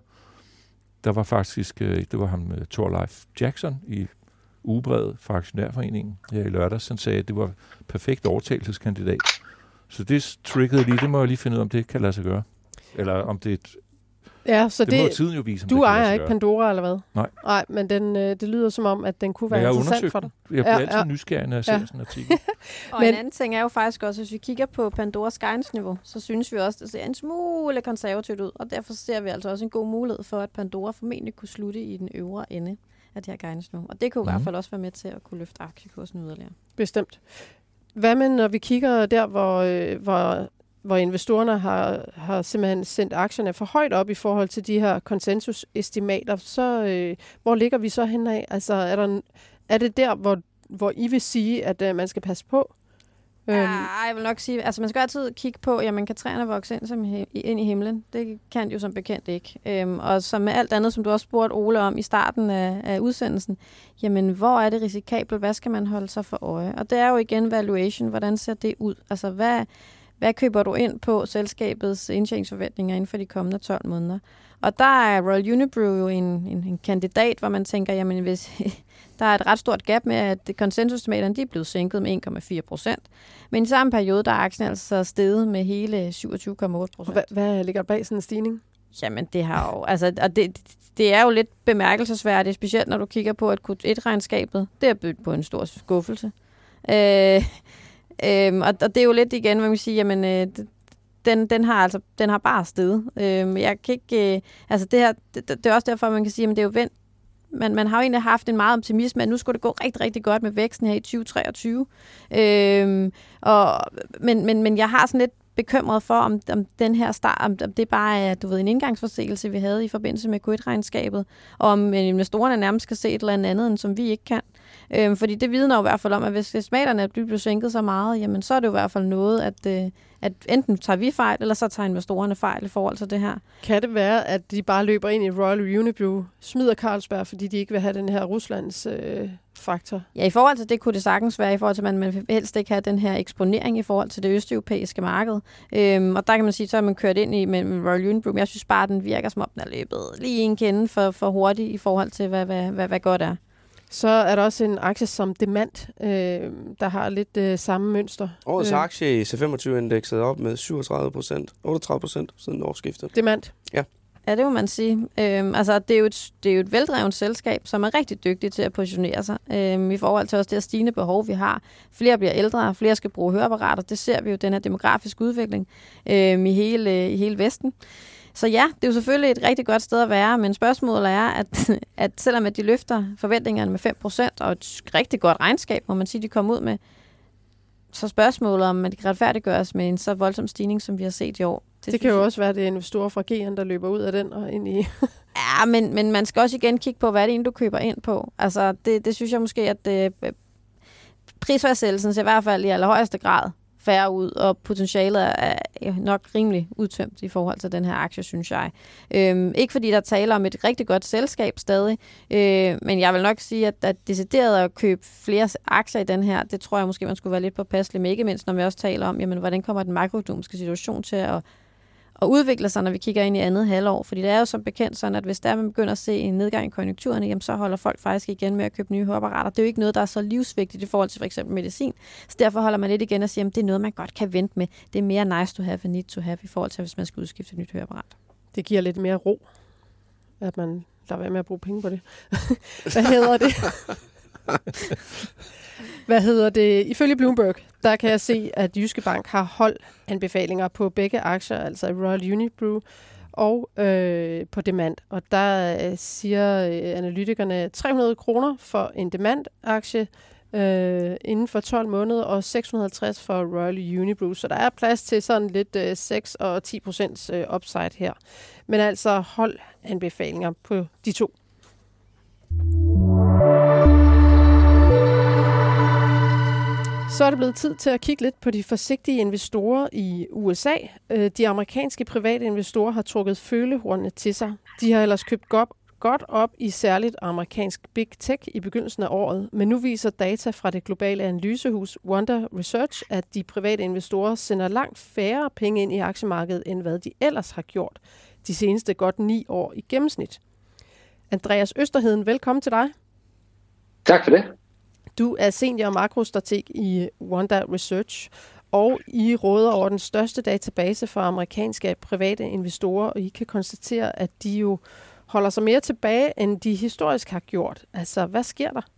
der var faktisk, det var ham Thorleif Jackson i ugebrevet fra Aktionærforeningen her i lørdags, han sagde, at det var perfekt overtagelseskandidat. Så det triggede lige, det må jeg lige finde ud af, om det kan lade sig gøre. Eller om det er et Ja, så det, det, må tiden jo vise, om du det ejer ikke Pandora, eller hvad? Nej. Nej, men den, øh, det lyder som om, at den kunne være interessant for dig. Jeg bliver ja, altid ja. nysgerrig, når jeg ser ja. sådan en artikel. Og men, en anden ting er jo faktisk også, hvis vi kigger på Pandoras guidance-niveau, så synes vi også, at det ser en smule konservativt ud, og derfor ser vi altså også en god mulighed for, at Pandora formentlig kunne slutte i den øvre ende af det her guidance-niveau. Og det kunne mm. i hvert fald også være med til at kunne løfte aktiekursen yderligere. Bestemt. Hvad med, når vi kigger der, hvor... Øh, hvor hvor investorerne har, har simpelthen sendt aktierne for højt op i forhold til de her konsensusestimater, så øh, hvor ligger vi så henad? Altså, er, der, er det der, hvor, hvor I vil sige, at øh, man skal passe på? Ja, jeg vil nok sige, altså man skal altid kigge på, ja, man kan træerne vokse ind, som he, ind i himlen. Det kan det jo som bekendt ikke. Øhm, og som med alt andet, som du også spurgte Ole om i starten af, af udsendelsen, jamen hvor er det risikabelt? Hvad skal man holde sig for øje? Og det er jo igen valuation. Hvordan ser det ud? Altså hvad... Hvad køber du ind på selskabets indtjeningsforventninger inden for de kommende tolv måneder? Og der er Royal Unibrew jo en, en, en kandidat, hvor man tænker, jamen hvis der er et ret stort gap med, at konsensusestimaterne de er blevet sænket med en komma fire procent. Men i samme periode, der er aktien altså steget med hele syvogtyve komma otte procent. Hvad, hvad ligger bag sådan en stigning? Jamen det har jo, altså, og det, det er jo lidt bemærkelsesværdigt, specielt når du kigger på, at Q et-regnskabet, det er bygget på en stor skuffelse. Øh, Øhm, og, og det er jo lidt igen, hvad man siger, jamen, øh, den, den, har altså, den har bare steget. Øhm, jeg kan ikke, øh, altså det her, det, det er også derfor, man kan sige, at det er jo vendt. Man, man har jo egentlig haft en meget optimisme, at nu skulle det gå rigtig, rigtig godt med væksten her i tyve treogtyve. Øhm, og, men, men, men jeg har sådan lidt bekymret for, om, om den her start, om, om det bare er, du ved, en indgangsforseelse, vi havde i forbindelse med Q et-regnskabet, og om investorerne nærmest skal se et eller andet, end som vi ikke kan. Øhm, fordi det vidner jo i hvert fald om, at hvis estimaterne bliver sænket så meget, jamen så er det jo i hvert fald noget, at, øh, at enten tager vi fejl, eller så tager investorerne fejl i forhold til det her. Kan det være, at de bare løber ind i Royal Unibrew, smider Carlsberg, fordi de ikke vil have den her Ruslands øh, faktor? Ja, i forhold til det kunne det sagtens være, i forhold til, at man vil helst ikke have den her eksponering i forhold til det østeuropæiske marked. Øhm, og der kan man sige, så har man kørt ind i med, med Royal Unibrew, men jeg synes bare, at den virker som om, den er løbet lige en kende for, for hurtigt i forhold til, hvad, hvad, hvad, hvad godt er. Så er der også en aktie som Demant, øh, der har lidt øh, samme mønster. Årets aktie i C femogtyve-indekset op med syvogtredive procent, otteogtrøve procent siden årsskiftet. Demant? Ja. Ja, det må man sige. Øhm, altså, det er, jo et, det er jo et veldrevet selskab, som er rigtig dygtigt til at positionere sig. Øhm, I forhold til også det her stigende behov, vi har. Flere bliver ældre, flere skal bruge høreapparater. Det ser vi jo, den her demografiske udvikling øhm, i, hele, i hele Vesten. Så ja, det er jo selvfølgelig et rigtig godt sted at være, men spørgsmålet er, at, at selvom at de løfter forventningerne med fem procent, og et rigtig godt regnskab, må man sige, de kommer ud med, så spørgsmålet om, at de kan retfærdiggøres med en så voldsom stigning, som vi har set i år. Det, det kan jo også være, det investorer fra G'en, der løber ud af den og ind i... Ja, men, men man skal også igen kigge på, hvad det er, du køber ind på. Altså, det, det synes jeg måske, at det, prisfastsættelsen ser i hvert fald i allerhøjeste grad færre ud, og potentialet er nok rimelig udtømt i forhold til den her aktie, synes jeg. Øhm, ikke fordi der taler om et rigtig godt selskab stadig, øh, men jeg vil nok sige, at, at decideret at købe flere aktier i den her, det tror jeg måske, man skulle være lidt påpasselig med, ikke mindst når vi også taler om, jamen, hvordan kommer den makroøkonomiske situation til at at udvikle sig, når vi kigger ind i andet halvår. Fordi det er jo som bekendt sådan, at hvis der man begynder at se en nedgang i konjunkturerne, jamen, så holder folk faktisk igen med at købe nye høreapparater. Det er jo ikke noget, der er så livsvigtigt i forhold til for eksempel medicin. Så derfor holder man lidt igen og siger, at det er noget, man godt kan vente med. Det er mere nice to have and need to have i forhold til, hvis man skal udskifte et nyt høreapparat. Det giver lidt mere ro, at man lader være med at bruge penge på det. Hvad hedder det? Hvad hedder det? Ifølge Bloomberg, der kan jeg se, at Jyske Bank har holdanbefalinger på begge aktier, altså Royal Unibrew og øh, på Demant. Og der øh, siger øh, analytikerne tre hundrede kroner for en Demant-aktie øh, inden for tolv måneder, og seks hundrede og halvtreds for Royal Unibrew. Så der er plads til sådan lidt øh, seks og ti procent øh, upside her. Men altså holdanbefalinger på de to. Så er det blevet tid til at kigge lidt på de forsigtige investorer i U S A. De amerikanske private investorer har trukket følehornene til sig. De har ellers købt godt op i særligt amerikansk big tech i begyndelsen af året, men nu viser data fra det globale analysehus Wonder Research, at de private investorer sender langt færre penge ind i aktiemarkedet, end hvad de ellers har gjort de seneste godt ni år i gennemsnit. Andreas Østerheden, velkommen til dig. Tak for det. Du er senior makrostrateg i Wonder Research, og I råder over den største database for amerikanske private investorer, og I kan konstatere, at de jo holder sig mere tilbage, end de historisk har gjort. Altså, hvad sker der?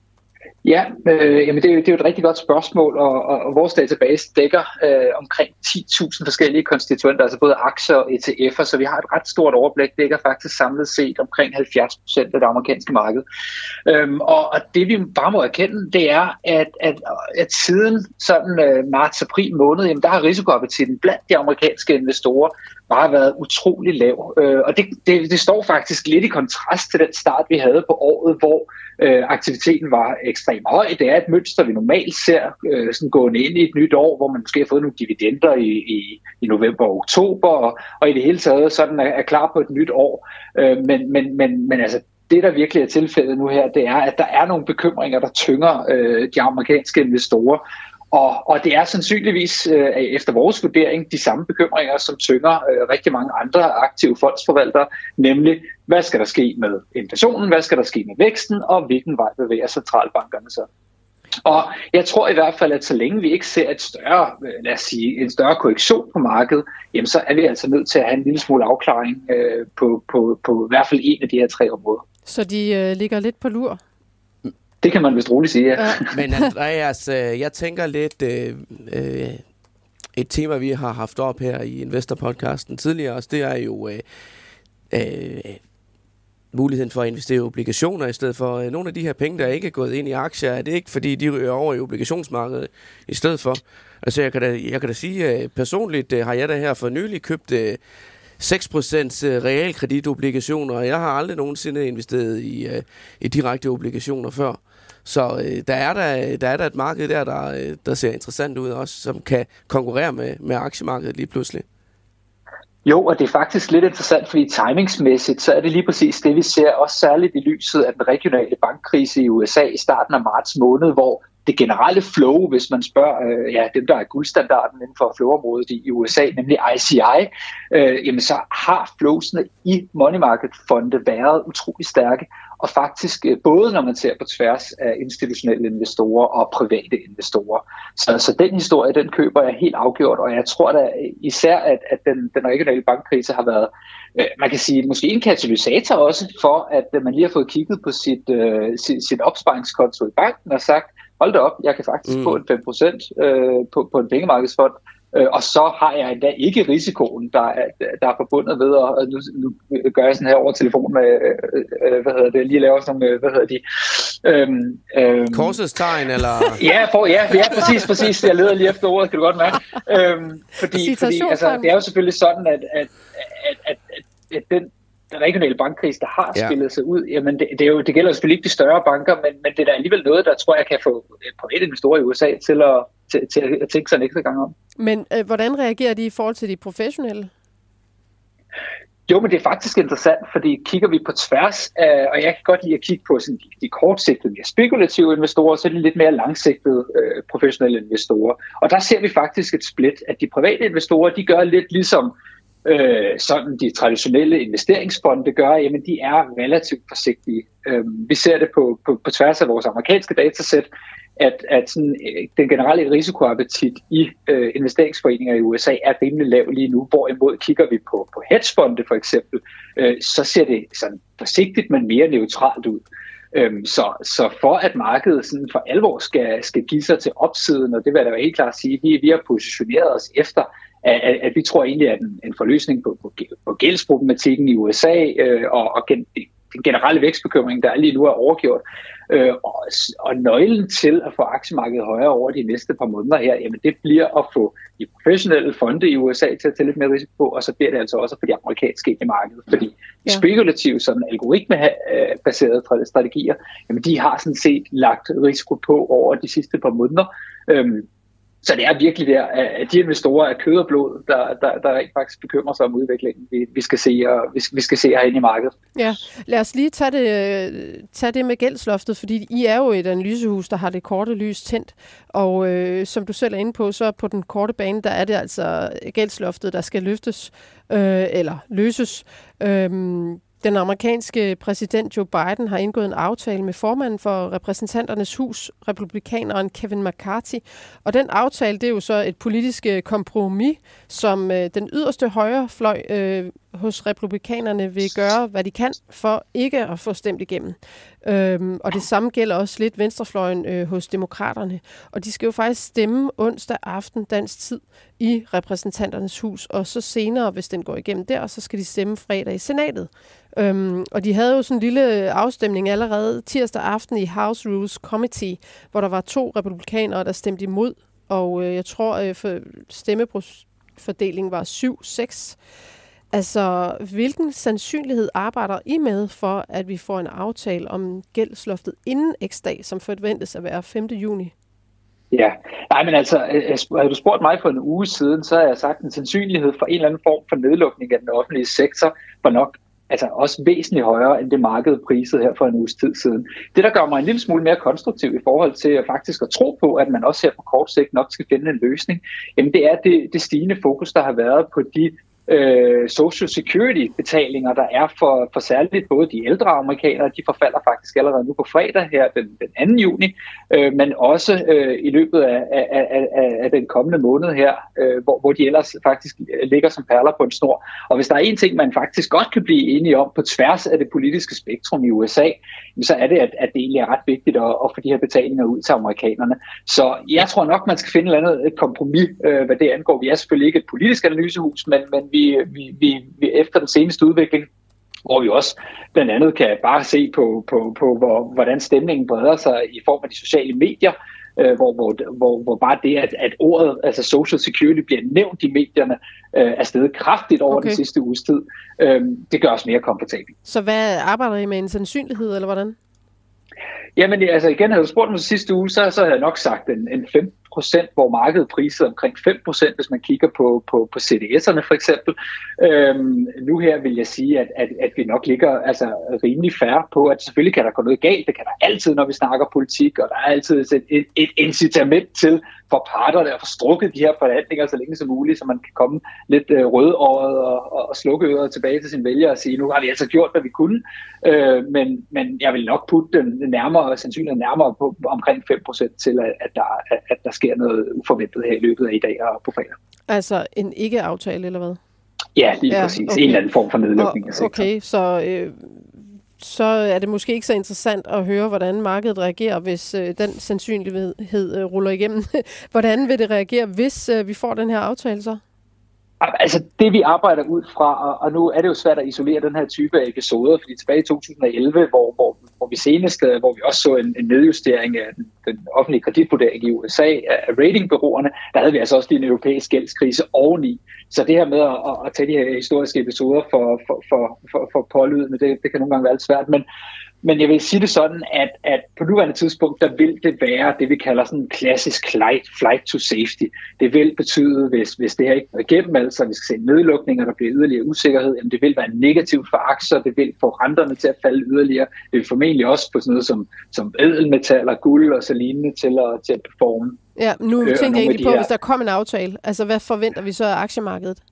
Ja, øh, jamen det, er jo, det er jo et rigtig godt spørgsmål, og, og, og vores database dækker øh, omkring ti tusind forskellige konstituenter, altså både aktier og E T F'er, så vi har et ret stort overblik, dækker faktisk samlet set omkring halvfjerds procent af det amerikanske marked. Øhm, og, og det vi bare må erkende, det er, at, at, at siden sådan øh, marts-april måned, jamen, der har risikoappetitten blandt de amerikanske investorer bare været utrolig lav. Øh, og det, det, det står faktisk lidt i kontrast til den start, vi havde på året, hvor øh, aktiviteten var ekstremt høj. Det er et mønster, vi normalt ser øh, sådan gående ind i et nyt år, hvor man måske har fået nogle dividender i, i, i november og oktober, og, og i det hele taget sådan er, er klar på et nyt år. Øh, men, men, men, men altså, det, der virkelig er tilfældet nu her, det er, at der er nogle bekymringer, der tynger øh, de amerikanske investorer. Og, og det er sandsynligvis øh, efter vores vurdering de samme bekymringer, som tynger øh, rigtig mange andre aktive fondsforvaltere, nemlig hvad skal der ske med inflationen, hvad skal der ske med væksten, og hvilken vej bevæger centralbankerne så. Og jeg tror i hvert fald, at så længe vi ikke ser et større, lad os sige, en større korrektion på markedet, jamen så er vi altså nødt til at have en lille smule afklaring øh, på, på, på i hvert fald en af de her tre områder. Så de øh, ligger lidt på lur? Det kan man vist roligt sige, ja. ja. Men Andreas, jeg tænker lidt, øh, øh, et tema, vi har haft op her i Investor-podcasten tidligere også, det er jo øh, øh, muligheden for at investere i obligationer i stedet for øh, nogle af de her penge, der ikke er gået ind i aktier. Er det ikke, fordi de ryger over i obligationsmarkedet i stedet for? Altså, jeg kan da, jeg kan da sige, øh, personligt øh, har jeg da her for nylig købt øh, seks procent realkreditobligationer, og jeg har aldrig nogensinde investeret i, øh, i direkte obligationer før. Så øh, der, er der, der er der et marked der, der, der ser interessant ud også, som kan konkurrere med, med aktiemarkedet lige pludselig. Jo, og det er faktisk lidt interessant, fordi timingsmæssigt, så er det lige præcis det, vi ser, også særligt i lyset af den regionale bankkrise i U S A i starten af marts måned, hvor det generelle flow, hvis man spørger øh, ja, dem, der er guldstandarden inden for flowområdet i U S A, nemlig I C I, øh, jamen så har flowsene i money market fonde været utrolig stærke, og faktisk øh, både når man ser på tværs af institutionelle investorer og private investorer. Så, så den historie, den køber jeg helt afgjort, og jeg tror da især, at, at den, den regionale bankkrise har været, øh, man kan sige, måske en katalysator også, for at øh, man lige har fået kigget på sit, øh, sit, sit opsparingskonto i banken og sagt, hold da op, jeg kan faktisk mm. få en fem procent øh, på, på en pengemarkedsfond, øh, og så har jeg endda ikke risikoen, der er, der er forbundet ved, og nu, nu gør jeg sådan her over telefonen med, øh, hvad hedder det, lige laver sådan nogle, hvad hedder de? Øhm, øhm, Korsets tegn, eller? ja, for, ja, ja, præcis, præcis, jeg leder lige efter ordet, kan du godt mærke. Øhm, fordi fordi altså, det er jo selvfølgelig sådan, at, at, at, at, at, at den den regionale bankkrise, der har ja. spillet sig ud, jamen det, det, er jo, det gælder selvfølgelig ikke de større banker, men, men det er da alligevel noget, der tror jeg kan få private investorer i U S A til at, til, til at tænke sig en ekstra gang om. Men øh, hvordan reagerer de i forhold til de professionelle? Jo, men det er faktisk interessant, fordi kigger vi på tværs, øh, og jeg kan godt lide at kigge på sådan, de, de kortsigtede, mere spekulative investorer, så er det lidt mere langsigtede øh, professionelle investorer. Og der ser vi faktisk et split, at de private investorer, de gør lidt ligesom øh, sådan de traditionelle investeringsfonde gør, jamen de er relativt forsigtige. Øh, vi ser det på, på, på tværs af vores amerikanske datasæt, at, at sådan, øh, den generelle risikoappetit i øh, investeringsforeninger i U S A er rimelig lav lige nu, hvorimod kigger vi på, på hedgefonde for eksempel, øh, så ser det sådan forsigtigt, men mere neutralt ud. Øhm, så, så for at markedet sådan for alvor skal, skal give sig til opsiden, og det vil jeg da helt klart sige, vi, vi har positioneret os efter, at, at, at vi tror egentlig, at en, en forløsning på, på, på gældsproblematikken i U S A øh, og, og gen, den generelle vækstbekymring, der lige nu er overgjort, øh, og, og nøglen til at få aktiemarkedet højere over de næste par måneder her, jamen det bliver at få de professionelle fonde i U S A til at tage lidt mere risiko på, og så bliver det altså også for de amerikanske i markedet, fordi de spekulative, sådan algoritmebaserede strategier, jamen de har sådan set lagt risiko på over de sidste par måneder. Øhm, Så det er virkelig der, at de investorer af kød og blod, der, der, der rent faktisk bekymrer sig om udviklingen, vi, vi, skal se, og vi, vi skal se herinde i markedet. Ja, lad os lige tage det, tage det med gældsloftet, fordi I er jo et analysehus, der har det korte lys tændt, og øh, som du selv er inde på, så på den korte bane, der er det altså gældsloftet, der skal løftes, øh, eller løses. Øh, Den amerikanske præsident Joe Biden har indgået en aftale med formanden for repræsentanternes hus, republikaneren Kevin McCarthy. Og den aftale, det er jo så et politisk kompromis, som øh, den yderste højrefløj øh, hos republikanerne vil gøre, hvad de kan for ikke at få stemt igennem. Øhm, og det samme gælder også lidt venstrefløjen øh, hos demokraterne. Og de skal jo faktisk stemme onsdag aften dansk tid i repræsentanternes hus, og så senere, hvis den går igennem der, så skal de stemme fredag i senatet. Øhm, og de havde jo sådan en lille afstemning allerede tirsdag aften i House Rules Committee, hvor der var to republikanere, der stemte imod, og øh, jeg tror, øh, for stemmefordelingen var syv seks. Altså, hvilken sandsynlighed arbejder I med for, at vi får en aftale om gældsloftet inden X-dag, som forventes at være femte juni? Ja, nej, men altså, havde du spurgt mig for en uge siden, så har jeg sagt, at en sandsynlighed for en eller anden form for nedlukning af den offentlige sektor var nok altså også væsentligt højere end det markedet prisede her for en uges tid siden. Det, der gør mig en lille smule mere konstruktiv i forhold til at faktisk at tro på, at man også her på kort sigt nok skal finde en løsning, jamen det er det, det stigende fokus, der har været på de Øh, social security betalinger, der er for, for særligt både de ældre amerikanere, de forfalder faktisk allerede nu på fredag her den, den anden juni, øh, men også øh, i løbet af, af, af, af den kommende måned her, øh, hvor, hvor de ellers faktisk ligger som perler på en snor. Og hvis der er en ting, man faktisk godt kan blive enige om på tværs af det politiske spektrum i U S A, så er det, at, at det egentlig er ret vigtigt at, at få de her betalinger ud til amerikanerne. Så jeg tror nok, man skal finde et eller andet et kompromis, øh, hvad det angår. Vi er selvfølgelig ikke et politisk analysehus, men, men vi Vi, vi, vi efter den seneste udvikling, hvor vi også blandt andet kan bare se på, på, på hvor, hvordan stemningen breder sig i form af de sociale medier, øh, hvor, hvor, hvor, hvor bare det, at, at ordet, altså social security, bliver nævnt i medierne, øh, er steget kraftigt over okay. den sidste uges tid. Øh, det gør os mere komfortabelt. Så hvad arbejder I med, en sandsynlighed, eller hvordan? Jamen, altså igen, havde du spurgt mig sidste uge, så, så havde jeg nok sagt en, en femten procent, hvor markedet prisede omkring fem procent, hvis man kigger på, på, på C D S'erne for eksempel. Øhm, nu her vil jeg sige, at, at, at vi nok ligger altså, rimelig fair på, at selvfølgelig kan der gå noget galt. Det kan der altid, når vi snakker politik, og der er altid et, et, et incitament til for parterne at få strukket de her forhandlinger så længe som muligt, så man kan komme lidt øh, rødåret og, og, og slukke øret tilbage til sine vælgere og sige, nu har vi altså gjort, hvad vi kunne. Øh, men, men jeg vil nok putte den nærmere, sandsynligt nærmere på omkring fem procent til, at, at, der, at, at der sker noget uforventet her i løbet af i dag og på fredag. Altså en ikke-aftale, eller hvad? Ja, lige ja, præcis. Okay. En eller anden form for nedlukning af sektoren. Okay, så, øh, så er det måske ikke så interessant at høre, hvordan markedet reagerer, hvis øh, den sandsynlighed øh, ruller igennem. Hvordan vil det reagere, hvis øh, vi får den her aftale så? Altså det vi arbejder ud fra, og nu er det jo svært at isolere den her type af episoder, fordi tilbage i to tusind og elleve, hvor, hvor, hvor vi senest, hvor vi også så en, en nedjustering af den, den offentlige kreditvurdering i U S A af ratingbureauerne, der havde vi altså også lige en europæisk gældskrise oveni. Så det her med at, at tage de her historiske episoder for, for, for, for, for pålydende, det, det kan nogle gange være lidt svært, men Men jeg vil sige det sådan, at, at på nuværende tidspunkt, der vil det være det, vi kalder sådan en klassisk flight, flight to safety. Det vil betyde, hvis, hvis det her ikke er igennem, altså vi skal se nedlukninger, der bliver yderligere usikkerhed, jamen det vil være negativt for aktier, det vil få renterne til at falde yderligere. Det vil formentlig også på sådan noget som, som ædelmetaller, guld og så lignende til at, til at performe. Ja, nu tænker jeg egentlig på, her. Hvis der kommer en aftale, altså hvad forventer vi så af aktiemarkedet?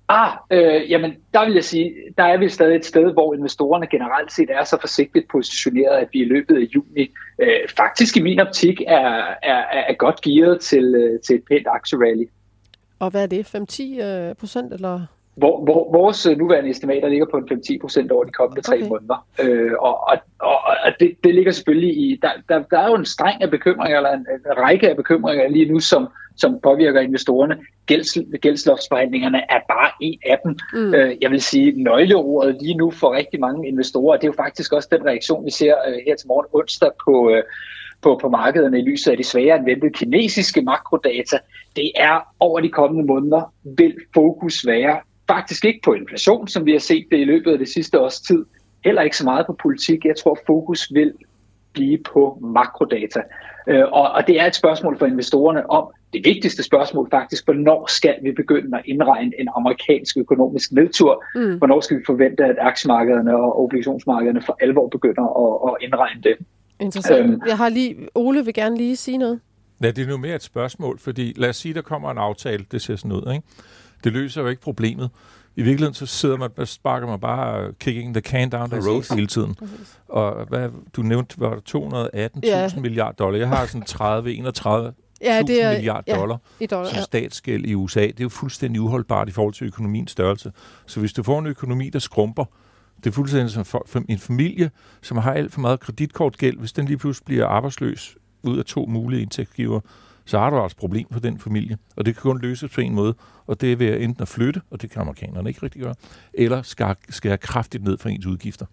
Ah, øh, jamen, der vil jeg sige, der er vi stadig et sted, hvor investorerne generelt set er så forsigtigt positioneret, at vi i løbet af juni øh, faktisk i min optik er, er, er godt gearet til, til et pænt aktierally. Og hvad er det? fem til ti procent, eller? Hvor, hvor vores nuværende estimater ligger på en fem til ti procent over de kommende tre Okay. måneder. Øh, og og, og, og det, det ligger selvfølgelig i, der, der, der er jo en streng af bekymringer, eller en, en række af bekymringer lige nu, som, som påvirker investorerne. Gælds, gældsloftsforhandlingerne er bare en af dem. Mm. Øh, jeg vil sige, nøgleordet lige nu for rigtig mange investorer, det er jo faktisk også den reaktion, vi ser øh, her til morgen onsdag på, øh, på, på markederne i lyset af de svagere end ventede kinesiske makrodata. Det er over de kommende måneder, vil fokus være faktisk ikke på inflation, som vi har set det i løbet af det sidste års tid. Heller ikke så meget på politik. Jeg tror, fokus vil blive på makrodata. Og, og det er et spørgsmål for investorerne om, det vigtigste spørgsmål faktisk, hvornår skal vi begynde at indregne en amerikansk økonomisk nedtur? Mm. Hvornår skal vi forvente, at aktiemarkederne og obligationsmarkederne for alvor begynder at, at indregne det? Interessant. Øhm. Jeg har lige, Ole vil gerne lige sige noget. Ja, det er nu mere et spørgsmål, fordi lad os sige, der kommer en aftale, det ser sådan ud, ikke? Det løser jo ikke problemet. I virkeligheden så sidder man, sparker man bare kicking the can down the road hele tiden. Præcis. Og hvad, du nævnte, var det to hundrede og atten tusind ja. milliarder dollar. Jeg har sådan tredive til enogtredive ja, tusind milliarder dollar, ja, dollar som ja. statsgæld i U S A. Det er jo fuldstændig uholdbart i forhold til økonomiens størrelse. Så hvis du får en økonomi, der skrumper, det er fuldstændig som for, for en familie, som har alt for meget kreditkortgæld, hvis den lige pludselig bliver arbejdsløs ud af to mulige indtægtsgiver, så har du også et problem for den familie. Og det kan kun løses på en måde, og det er ved at enten at flytte, og det kan amerikanerne ikke rigtig gøre, eller skære, skære kraftigt ned for ens udgifter.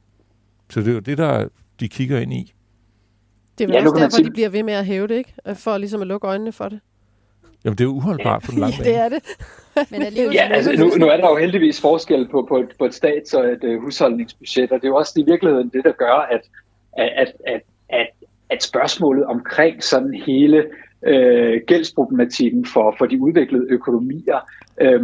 Så det er jo det, der de kigger ind i. Det er vel ja, også derfor, de bliver ved med at hæve det, ikke? For ligesom at lukke øjnene for det. Jamen, det er jo uholdbart på den lange bane. Ja, det er det. Men alligevel, ja, altså, nu, nu er der jo heldigvis forskel på, på, et, på et stats- og et uh, husholdningsbudget, og det er jo også i virkeligheden det, der gør, at, at, at, at, at spørgsmålet omkring sådan hele øh, gældsproblematikken for, for de udviklede økonomier øh,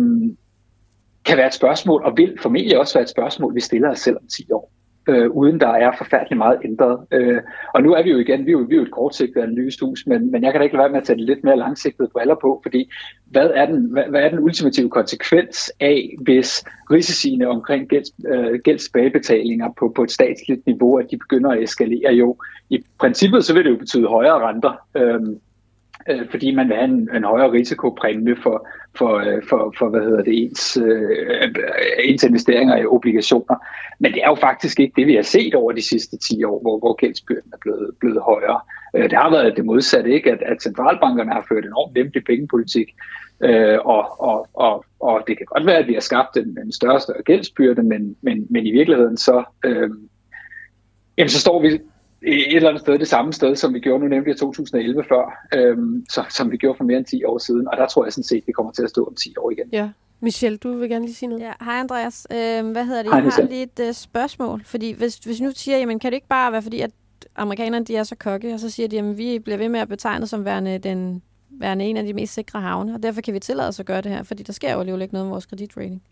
kan være et spørgsmål, og vil formentlig også være et spørgsmål, vi stiller os selv om ti år. Øh, uden der er forfærdeligt meget ændret. Øh, og nu er vi jo igen, vi er jo, vi er jo et kortsigtet analysehus, men, men jeg kan da ikke lade være med at tage det lidt mere langsigtede briller på, fordi hvad er den, hvad, hvad er den ultimative konsekvens af, hvis risiciene omkring gælds, øh, gældstilbagebetalinger på, på et statsligt niveau, at de begynder at eskalere jo. I princippet så vil det jo betyde højere renter, øh, øh, fordi man vil have en, en højere risikopræmie for, for, for, for hvad hedder det, ens, øh, ens investeringer i obligationer. Men det er jo faktisk ikke det, vi har set over de sidste ti år, hvor, hvor gældsbyrden er blevet, blevet højere. Det har været det modsatte, ikke? At, at centralbankerne har ført enormt lempelig pengepolitik, øh, og, og, og, og det kan godt være, at vi har skabt en, en større og større gældsbyrde, men, men, men i virkeligheden så, øh, jamen, så står vi et eller andet sted, det samme sted, som vi gjorde nu, nemlig i to tusind og elleve før, øhm, så, som vi gjorde for mere end ti år siden, og der tror jeg sådan set, vi kommer til at stå om ti år igen. Ja. Michelle, du vil gerne lige sige noget? Ja, hej Andreas. Øh, hvad hedder det? Jeg har lige et uh, spørgsmål, fordi hvis, hvis nu siger, jamen kan det ikke bare være fordi, at amerikanerne de er så kokke, og så siger de, at vi bliver ved med at betegne som værende, den, værende en af de mest sikre havne, og derfor kan vi tillade os at gøre det her, fordi der sker jo alligevel ikke noget med vores kreditrating.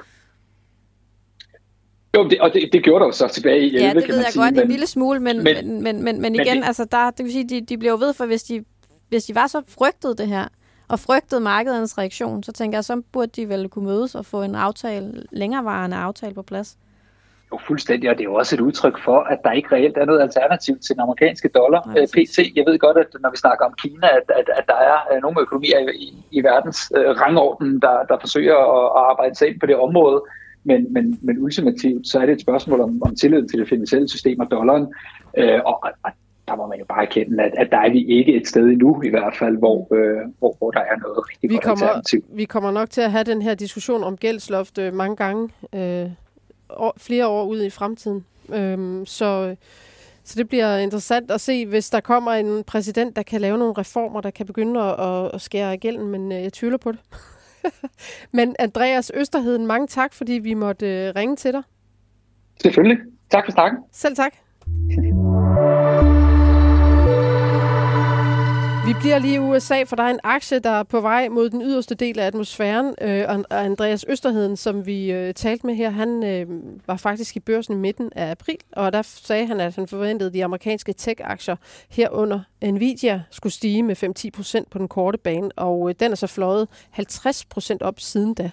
Jo, det, og det, det gjorde der jo så tilbage i elleve, ja, det kan ved man jeg sige, godt, men, en lille smule, men, men, men, men, men, men igen, men, altså der, det vil sige, de, de bliver jo ved for, hvis de, hvis de var så frygtede det her, og frygtede markedernes reaktion, så tænker jeg, så burde de vel kunne mødes og få en aftale, længerevarende aftale på plads. Jo, fuldstændig, og det er jo også et udtryk for, at der ikke reelt er noget alternativ til den amerikanske dollar. Nej, P C, jeg ved godt, at når vi snakker om Kina, at, at, at der er nogle økonomier i, i verdens uh, rangorden, der, der forsøger at, at arbejde sig ind på det område, men, men, men ultimativt, så er det et spørgsmål om, om tillid til det finansielle system og dollaren, uh, og, og der må man jo bare erkende, at, at der er vi ikke et sted endnu, i hvert fald, hvor, øh, hvor, hvor der er noget rigtig vi godt kommer, alternativ. Vi kommer nok til at have den her diskussion om gældsloft øh, mange gange, øh, år, flere år ude i fremtiden. Øhm, så, så det bliver interessant at se, hvis der kommer en præsident, der kan lave nogle reformer, der kan begynde at, at skære af gælden, men øh, jeg tvivler på det. Men Andreas Østerheden, mange tak, fordi vi måtte øh, ringe til dig. Selvfølgelig. Tak for snakken. Selv tak. Vi bliver lige i U S A, for der er en aktie, der er på vej mod den yderste del af atmosfæren. Øh, og Andreas Østerheden, som vi øh, talte med her, han øh, var faktisk i børsen i midten af april, og der sagde han, at han forventede, at de amerikanske tech-aktier herunder Nvidia skulle stige med fem til ti procent på den korte bane, og øh, den er så fløjet halvtreds procent op siden da.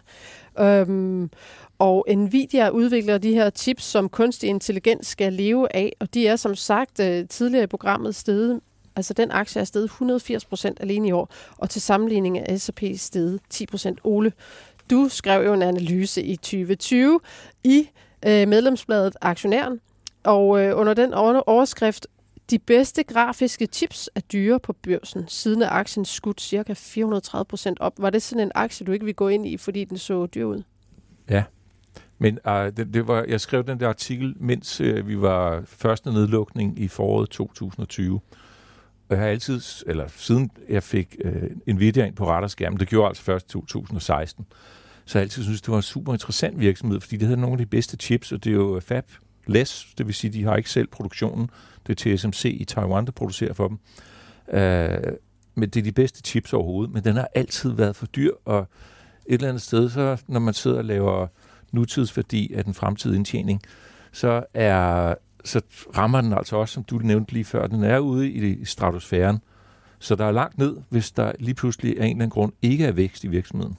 Øhm, og Nvidia udvikler de her chips, som kunstig intelligens skal leve af, og de er som sagt øh, tidligere i programmet steget. Altså den aktie er steget et hundrede og firs procent alene i år, og til sammenligning er S og P steget ti procent. Ole, du skrev jo en analyse i tyve tyve i øh, medlemsbladet Aktionæren, og øh, under den overskrift, de bedste grafiske chips er dyre på børsen, siden er aktien skudt cirka fire hundrede og tredive procent op. Var det sådan en aktie, du ikke ville gå ind i, fordi den så dyr ud? Ja, men uh, det, det var, jeg skrev den der artikel, mens uh, vi var første nedlukning i foråret to tusind og tyve. Jeg har altid, eller siden jeg fik uh, Nvidia ind på radarskærmen, det gjorde altså først i to tusind og seksten, så jeg altid synes det var en super interessant virksomhed, fordi det havde nogle af de bedste chips, og det er jo fabless, det vil sige, de har ikke selv produktionen. Det er T S M C i Taiwan, der producerer for dem. Uh, men det er de bedste chips overhovedet, men den har altid været for dyr, og et eller andet sted, så når man sidder og laver nutidsværdi af den fremtidige indtjening, så, er, så rammer den altså også, som du nævnte lige før, den er ude i stratosfæren. Så der er langt ned, hvis der lige pludselig af en eller anden grund ikke er vækst i virksomheden.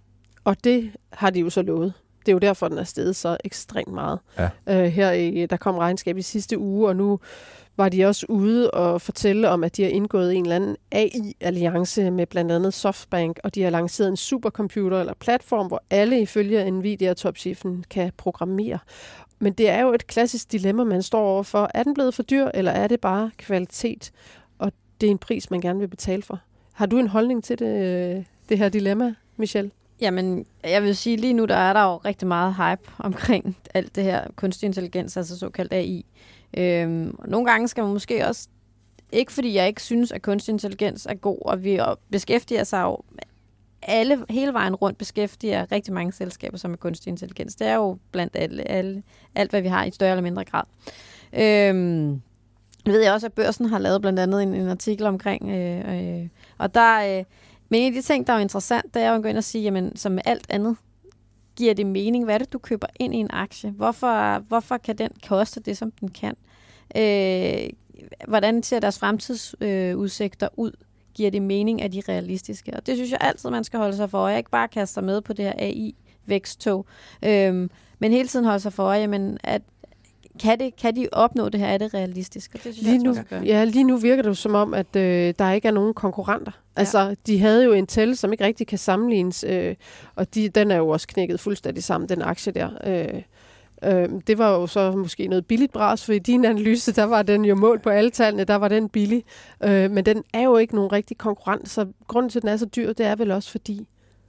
Og det har de jo så lovet. Det er jo derfor, den er steget så ekstremt meget. Ja. Uh, her i, der kom regnskab i sidste uge, og nu var de også ude og fortælle om, at de har indgået en eller anden A I-alliance med blandt andet Softbank, og de har lanceret en supercomputer eller platform, hvor alle ifølge Nvidia topchefen kan programmere. Men det er jo et klassisk dilemma, man står overfor. Er den blevet for dyr, eller er det bare kvalitet? Og det er en pris, man gerne vil betale for. Har du en holdning til det, det her dilemma, Michelle? Jamen, jeg vil sige, lige nu der er der jo rigtig meget hype omkring alt det her kunstig intelligens, altså såkaldt A I. Øhm, og nogle gange skal man måske også, ikke fordi jeg ikke synes, at kunstig intelligens er god, og vi beskæftiger sig jo alle, hele vejen rundt beskæftiger rigtig mange selskaber, som er kunstig intelligens. Det er jo blandt alle, alle, alt, hvad vi har i større eller mindre grad. Øhm, jeg ved jeg også, at Børsen har lavet blandt andet en, en artikel omkring, øh, øh, og der, øh, men en af de ting, der er jo interessant, det er jo at gå ind og sige, jamen, som med alt andet, giver det mening? Hvad er det, du køber ind i en aktie? Hvorfor, hvorfor kan den koste det, som den kan? Øh, hvordan ser deres fremtidsudsigter øh, ud? Giver det mening, at de er realistiske? Og det synes jeg altid, man skal holde sig for. Jeg ikke bare kaste sig med på det her A I-væksttog, øh, men hele tiden holde sig for, jamen, at Kan, det, kan de opnå det her? Er det realistisk? Og det synes lige, jeg, nu, ja, lige nu virker det jo som om, at øh, der ikke er nogen konkurrenter. Ja. Altså, de havde jo Intel, som ikke rigtig kan sammenlignes, øh, og de, den er jo også knækket fuldstændig sammen, den aktie der. Øh, øh, det var jo så måske noget billigt bras, for i din analyse, der var den jo målt på alle tallene, der var den billig. Øh, men den er jo ikke nogen rigtig konkurrent, så grunden til, at den er så dyr, det er vel også fordi,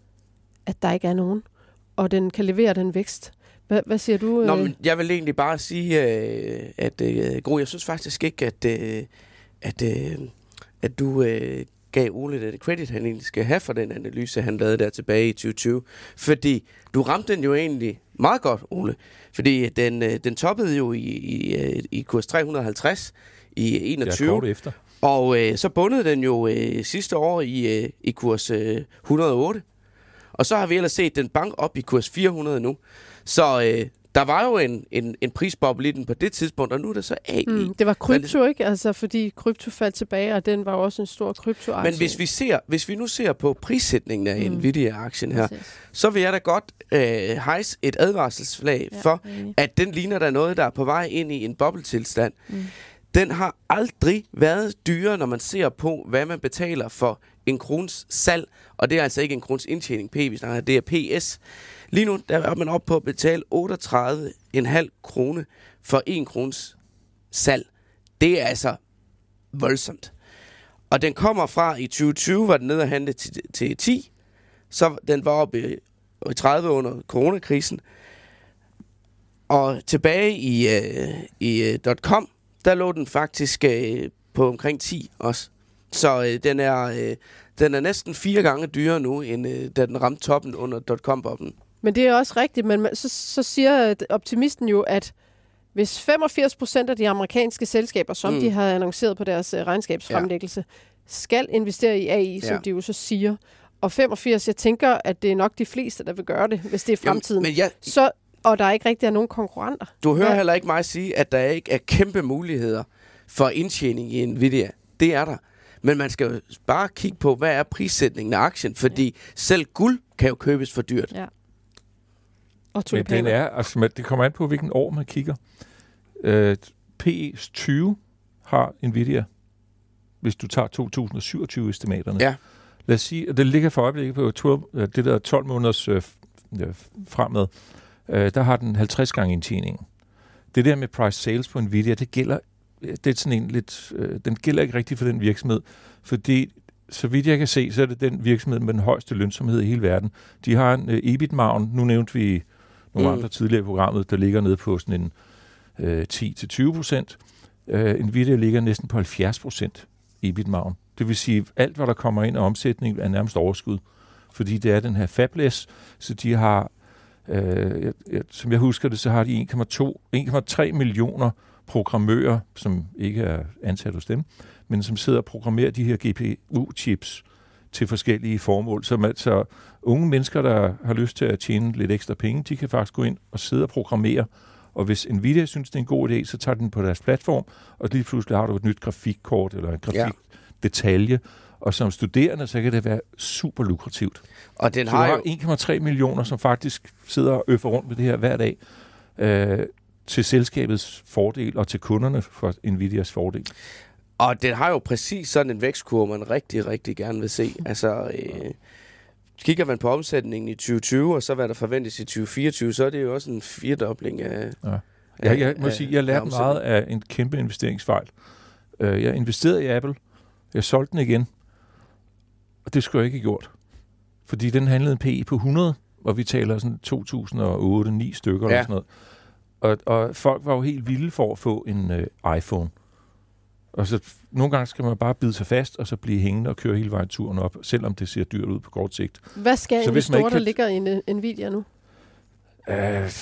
at der ikke er nogen, og den kan levere den vækst. Hvad, hvad siger du? Nå, men jeg vil egentlig bare sige, øh, at øh, Gro, jeg synes faktisk ikke, at, øh, at, øh, at du øh, gav Ole det credit, han egentlig skal have for den analyse, han lavede der tilbage i tyve tyve. Fordi du ramte den jo egentlig meget godt, Ole. Fordi den, øh, den toppede jo i, i, i kurs tre hundrede og halvtreds i enogtyve. Ja, kort efter. Og øh, så bundede den jo øh, sidste år i, øh, i kurs øh, et hundrede og otte. Og så har vi ellers set den bank op i kurs fire hundrede nu. Så øh, der var jo en, en, en prisboble i den på det tidspunkt, og nu er det så A I. Mm, det var krypto, ikke? Altså, fordi krypto faldt tilbage, og den var jo også en stor kryptoaktie. Men hvis vi, ser, hvis vi nu ser på prissætningen af mm. Nvidia-aktien her, Præcis. så vil jeg da godt øh, hejse et advarselsflag Ja, for, enig. at den ligner der noget, der er på vej ind i en bobletilstand. Mm. Den har aldrig været dyrere, når man ser på, hvad man betaler for en krones salg, og det er altså ikke en krones indtjening, P, vi snakker, det er P S. Lige nu der er man oppe på at betale otteogtredive komma fem krone for en krones salg. Det er altså voldsomt. Og den kommer fra i tyve tyve, var den nede at handle til, til ti, så den var oppe i tredive under coronakrisen. Og tilbage i, øh, i uh, .com, der lå den faktisk øh, på omkring ti også. Så øh, den, er, øh, den er næsten fire gange dyrere nu, end øh, da den ramte toppen under .com-boblen. Men det er også rigtigt, men så, så siger optimisten jo, at hvis femogfirs procent af de amerikanske selskaber, som mm. de har annonceret på deres uh, regnskabsfremlæggelse, ja. skal investere i A I, som Ja. de jo så siger. Og femogfirs, jeg tænker, at det er nok de fleste, der vil gøre det, hvis det er fremtiden. Jamen, men jeg, Så, og der er ikke rigtig er nogen konkurrenter. du hører Hvad? heller ikke mig sige, at der ikke er kæmpe muligheder for indtjening i Nvidia. Det er der. Men man skal jo bare kigge på, hvad er prissætningen af aktien, fordi selv guld kan jo købes for dyrt. Ja. Og Men tulipaner. den er, altså, man- det kommer an på, hvilken år man kigger. Øh, P E tyve har Nvidia, hvis du tager to tusind og syvogtyve-estimaterne. Ja. Lad os sige, at det ligger for øjeblikket på tolv, øh, det der tolv måneders øh, f- øh, fremad. Øh, der har den halvtreds gange indtjeningen. Det der med price sales på Nvidia, det gælder, øh, det er sådan en lidt, øh, den gælder ikke rigtigt for den virksomhed, fordi så vidt jeg kan se, så er det den virksomhed med den højeste lønsomhed i hele verden. De har en øh, E B I T-margen, nu nævnte vi nogle Mm. andre tidligere i programmet, der ligger nede på sådan en øh, ti til tyve procent. Øh, Nvidia ligger næsten på halvfjerds procent E B I T-margen. Det vil sige, at alt, hvad der kommer ind af omsætning, er nærmest overskud. Fordi det er den her fabless, så de har, øh, jeg, jeg, som jeg husker det, så har de en komma to, en komma tre millioner programmører, som ikke er ansat hos dem, men som sidder og programmerer de her G P U-chips til forskellige formål. Så altså, unge mennesker, der har lyst til at tjene lidt ekstra penge, de kan faktisk gå ind og sidde og programmere. Og hvis Nvidia synes, det er en god idé, så tager den på deres platform, og lige pludselig har du et nyt grafikkort eller en grafikdetalje. Og som studerende, så kan det være super lukrativt. Og den Så du har har jo, en komma tre millioner, som faktisk sidder og øffer rundt med det her hver dag, øh, til selskabets fordel og til kunderne for Nvidias fordel. og den har jo præcis sådan en vækstkurve, man rigtig, rigtig gerne vil se. Altså, øh, kigger man på omsætningen i tyve tyve, og så hvad der forventes i tyve fireogtyve, så er det jo også en firedobling af... Ja. Jeg, jeg må af- sige, jeg af lærte omsætning. meget af en kæmpe investeringsfejl. Øh, Jeg investerede i Apple. Jeg solgte den igen. Og det skulle jeg ikke have gjort. Fordi den handlede en P E på hundrede, og vi taler sådan to tusind og otte ni stykker Ja. eller sådan noget. Og, og folk var jo helt vilde for at få en øh, iPhone. Og så nogle gange skal man bare bide sig fast, og så blive hængende og køre hele vejen turen op, selvom det ser dyrt ud på kort sigt. Hvad skal Så hvis man investorer, ikke der kan- ligger i en- øh, Nvidia nu? Øh,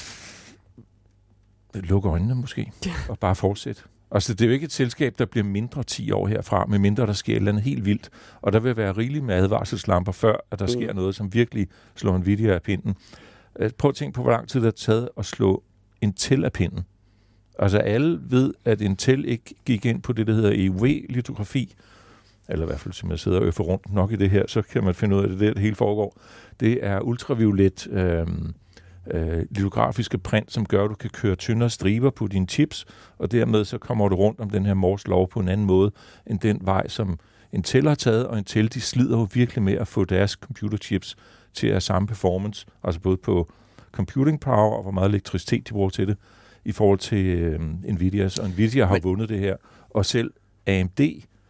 Luk øjnene måske, og bare fortsætte. Altså, det er jo ikke et selskab, der bliver mindre ti år herfra, med mindre der sker et eller andet helt vildt. Og der vil være rigeligt med advarselslamper, før at der Mm. sker noget, som virkelig slår Nvidia af pinden. Øh, Prøv at tænke på, hvor lang tid det har taget at slå Intel af pinden. Altså, alle ved, at Intel ikke gik ind på det, der hedder E U V-litografi, eller i hvert fald, som jeg sidder og øffer rundt nok i det her, så kan man finde ud af, det der, det hele foregår. Det er ultraviolet øh, øh, litografiske print, som gør, at du kan køre tyndere striber på dine chips, og dermed så kommer du rundt om den her Moores lov på en anden måde, end den vej, som Intel har taget, og Intel, de slider jo virkelig med at få deres computerchips til at have samme performance, altså både på computing power og hvor meget elektricitet de bruger til det, i forhold til øh, Nvidias, og Nvidia har Men- vundet det her, og selv A M D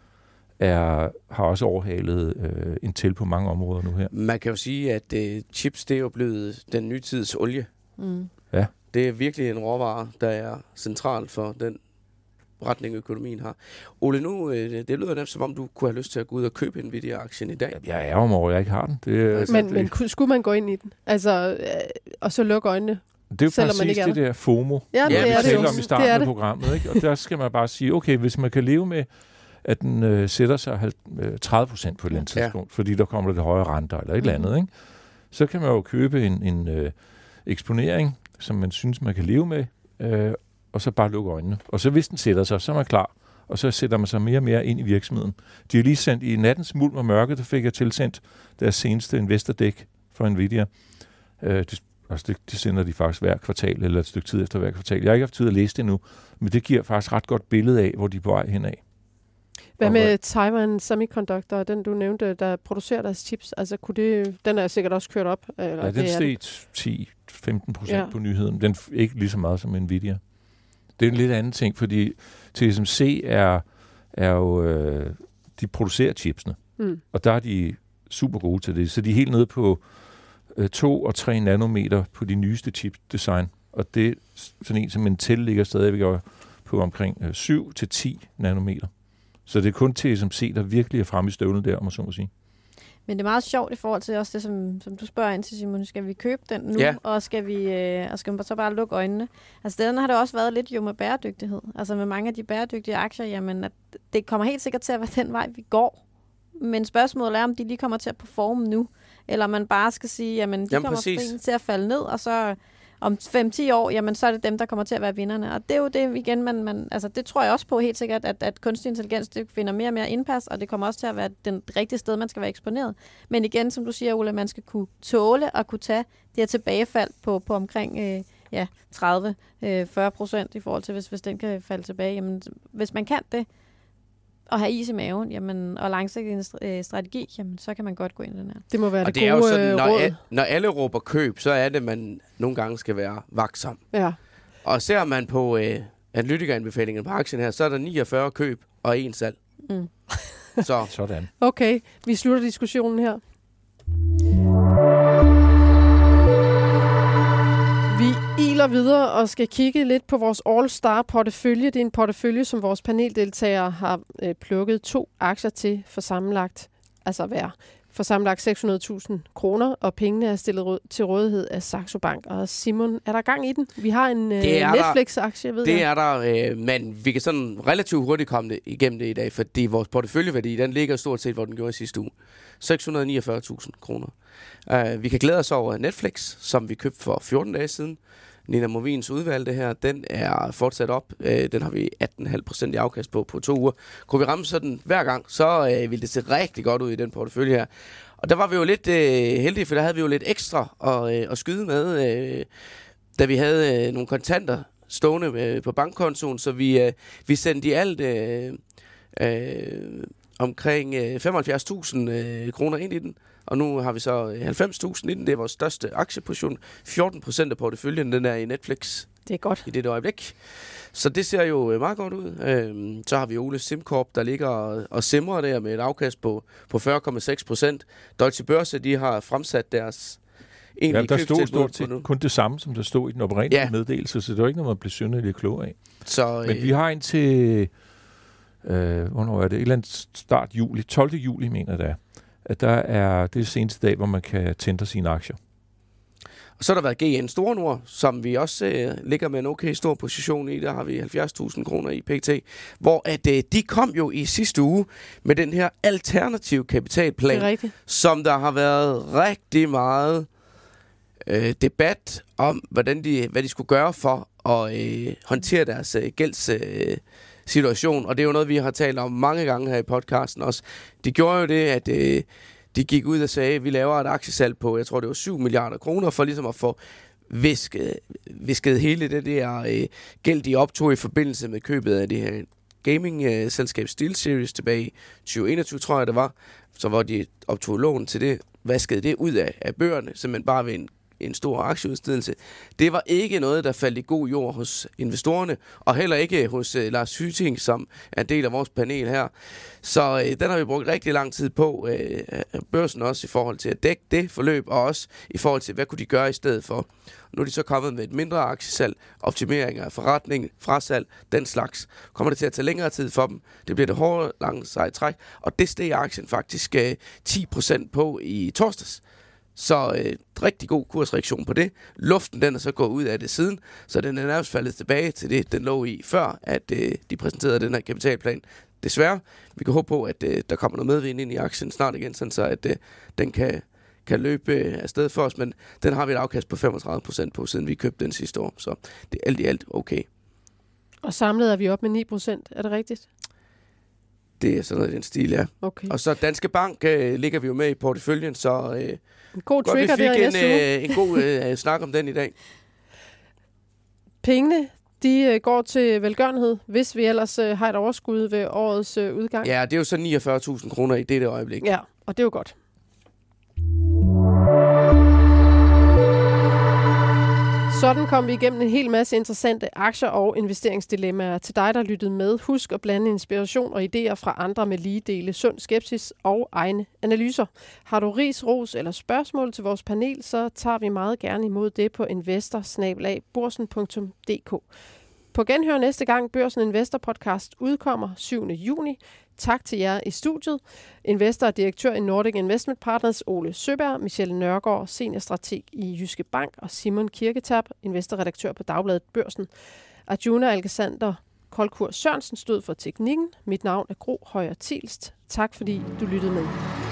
er, har også overhalet øh, Intel på mange områder nu her. Man kan jo sige, at øh, chips, det er jo blevet den nye tids olie. Mm. Det er virkelig en råvare, der er central for den retning, økonomien har. Ole, nu, øh, det lyder nemt, som om du kunne have lyst til at gå ud og købe Nvidia-aktien i dag. Jeg ærger mig over, at jeg ikke har den. Det, er- Altså, Men, det, men kunne- skulle man gå ind i den? Altså, øh, og så lukke øjnene? det er jo selvom man præcis ikke er det der FOMO, Ja, Ja, det vi er det talte jo. om i Det starten er af det. programmet. Ikke? Og der skal man bare sige, okay, hvis man kan leve med, at den øh, sætter sig halv- øh, tredive procent på et eller andet Ja. tidspunkt, fordi der kommer lidt højere renter eller et eller andet, ikke? Så kan man jo købe en, en øh, eksponering, som man synes, man kan leve med, øh, og så bare lukke øjnene. Og så hvis den sætter sig, så er man klar. Og så sætter man sig mere og mere ind i virksomheden. De har lige sendt i nattens mulm og mørke, der fik jeg tilsendt deres seneste investordæk fra Nvidia. Øh, det, altså det, det sender de faktisk hver kvartal, eller et stykke tid efter hver kvartal. Jeg har ikke haft tid at læse det endnu, men det giver faktisk ret godt billede af, hvor de er på vej henad. Hvad Og med Taiwan Semiconductor, den du nævnte, der producerer deres chips? Altså, kunne det, den er sikkert også kørt op? Eller Ja, den det er steg ti til femten procent Ja. ja. på nyheden. Den f- ikke lige så meget som Nvidia. Det er en lidt anden ting, fordi T S M C er, er jo, øh, de producerer chipsene, Mm. og der er de super gode til det. Så de er helt nede på øh, to og tre nanometer på de nyeste chip-design. Og det sådan en som Intel ligger stadigvæk på omkring øh, syv til ti nanometer. Så det er kun T S M C, der virkelig er fremme i støvlen der, om man så må sige. Men det er meget sjovt i forhold til også det, som, som du spørger ind til, Simon. Skal vi købe den nu, Ja. og skal vi øh, og skal man så bare lukke øjnene? Altså, den har det også været lidt jo med bæredygtighed. Altså med mange af de bæredygtige aktier, jamen, at det kommer helt sikkert til at være den vej, vi går. Men spørgsmålet er, om de lige kommer til at performe nu, eller man bare skal sige, jamen de jamen, kommer præcis. til at falde ned, og så om fem til ti år, jamen så er det dem, der kommer til at være vinderne. Og det er jo det igen, man, man altså det tror jeg også på helt sikkert, at, at kunstig intelligens, det finder mere og mere indpas, og det kommer også til at være den rigtige sted, man skal være eksponeret. Men igen, som du siger, Ulla, man skal kunne tåle og kunne tage det her tilbagefald på, på omkring øh, ja, tredive til fyrre procent i forhold til, hvis, hvis den kan falde tilbage. Jamen, hvis man kan det, og have is i maven, jamen, og langsigtet en øh, strategi, jamen, så kan man godt gå ind i den her. Det må være Og det, det gode er jo sådan, øh, når, råd. a- når alle råber køb, så er det, man nogle gange skal være vagtsom. Ja. Og ser man på øh, analytikeranbefalingen på aktien her, så er der niogfyrre køb og en salg. Mm. Så Sådan. Okay, vi slutter diskussionen her. Vi iler videre og skal kigge lidt på vores All-Star-portefølje. Det er en portefølje, som vores paneldeltagere har øh, plukket to aktier til for sammenlagt, altså hver, for sammenlagt seks hundrede tusind kroner, og pengene er stillet råd, til rådighed af Saxo Bank. Og Simon, er der gang i den? Vi har en øh, Netflix-aktie, ved det jeg. er der, øh, men vi kan sådan relativt hurtigt komme det, igennem det i dag, fordi vores porteføljeværdi, den ligger stort set, hvor den gjorde i sidste uge. seks hundrede niogfyrre tusind kroner. Uh, vi kan glæde os over Netflix, som vi købte for fjorten dage siden. Nina Movins udvalgte her, den er fortsat op. Uh, den har vi atten komma fem procent i afkast på på to uger. Kunne vi ramme sådan hver gang, så uh, ville det se rigtig godt ud i den portefølje her. Og der var vi jo lidt uh, heldige, for der havde vi jo lidt ekstra at, uh, at skyde med, uh, da vi havde uh, nogle kontanter stående uh, på bankkontoen, så vi, uh, vi sendte i alt uh, uh, omkring uh, femoghalvfjerds tusind uh, kroner ind i den. Og nu har vi så halvfems tusind i den. Det er vores største aktieposition. fjorten procent af porteføljen, den er i Netflix. Det er godt. I det øjeblik. Så det ser jo meget godt ud. Øhm, så har vi Ole SimCorp, der ligger og, og simrer der med et afkast på, på fyrre komma seks procent. Deutsche Börse, de har fremsat deres egentlige Ja, der stod købstilbud stort på set nu. kun det samme, som der stod i den oprindelige Ja. meddelelse, så det var ikke noget, man blev synderligt klog af. Så, Men øh, vi har en til, øh, hvornår er det? Et eller andet start juli, tolvte juli mener jeg det er, at der er det seneste dag, hvor man kan tendre sine aktier. Og så har der været G N Store Nord, som vi også øh, ligger med en okay stor position i. Der har vi halvfjerds tusind kroner i P T. Hvor at, øh, de kom jo i sidste uge med den her alternative kapitalplan, Det er rigtigt. som der har været rigtig meget øh, debat om, hvordan de, hvad de skulle gøre for at øh, håndtere deres øh, gælds øh, situation. Og det er jo noget, vi har talt om mange gange her i podcasten også. De gjorde jo det, at øh, de gik ud og sagde, at vi laver et aktiesalg på, jeg tror det var syv milliarder kroner, for ligesom at få visket, visket hele det der øh, gæld, de optog i forbindelse med købet af det her gaming-selskab øh, SteelSeries tilbage i tyve enogtyve, tror jeg det var, så hvor de optog lån til det, vaskede det ud af, af bøgerne, simpelthen bare ved en en stor aktieudstedelse. Det var ikke noget, der faldt i god jord hos investorerne, og heller ikke hos uh, Lars Hyting, som er en del af vores panel her. Så uh, den har vi brugt rigtig lang tid på, uh, børsen også i forhold til at dække det forløb, og også i forhold til, hvad kunne de gøre i stedet for. Nu er de så kommet med et mindre aktiesalg, optimering af forretning, frasalg, den slags. Kommer det til at tage længere tid for dem? Det bliver det hårde, lange, seje træk, og det steg aktien faktisk uh, ti procent på i torsdags. Så øh, rigtig god kursreaktion på det. Luften den er så gået ud af det siden, så den er nærmest faldet tilbage til det, den lå i før, at øh, de præsenterede den her kapitalplan. Desværre, vi kan håbe på, at øh, der kommer noget medvind ind i aktien snart igen, sådan så at øh, den kan, kan løbe øh, afsted for os, men den har vi et afkast på femogtredive procent på, siden vi købte den sidste år, så det er alt i alt okay. Og samlet er vi op med ni procent. Er det rigtigt? Det er sådan noget i den stil, ja. Okay. Og så Danske Bank øh, ligger vi jo med i porteføljen, så øh, En god godt, vi trigger der i fik næste uge. en, øh, en god øh, snak om den i dag. Pengene, de øh, går til velgørenhed, hvis vi ellers øh, har et overskud ved årets øh, udgang. Ja, det er jo så niogfyrre tusind kroner i dette øjeblik. Ja, og det er jo godt. Sådan kom vi igennem en hel masse interessante aktier og investeringsdilemmaer. Til dig, der lyttede med, husk at blande inspiration og idéer fra andre med lige dele sund skepsis og egne analyser. Har du ris, ros eller spørgsmål til vores panel, så tager vi meget gerne imod det på investor bindestreg børsen punktum d k. På genhør næste gang Børsen Investor Podcast udkommer syvende juni. Tak til jer i studiet. Investor og direktør i Nordic Investment Partners Ole Søberg, Michelle Nørgaard, seniorstrateg i Jyske Bank og Simon Kirketab, investorredaktør på Dagbladet Børsen. Arjuna Alexander Koldkur Sørensen stod for teknikken. Mit navn er Gro Højer Thielst. Tak fordi du lyttede med.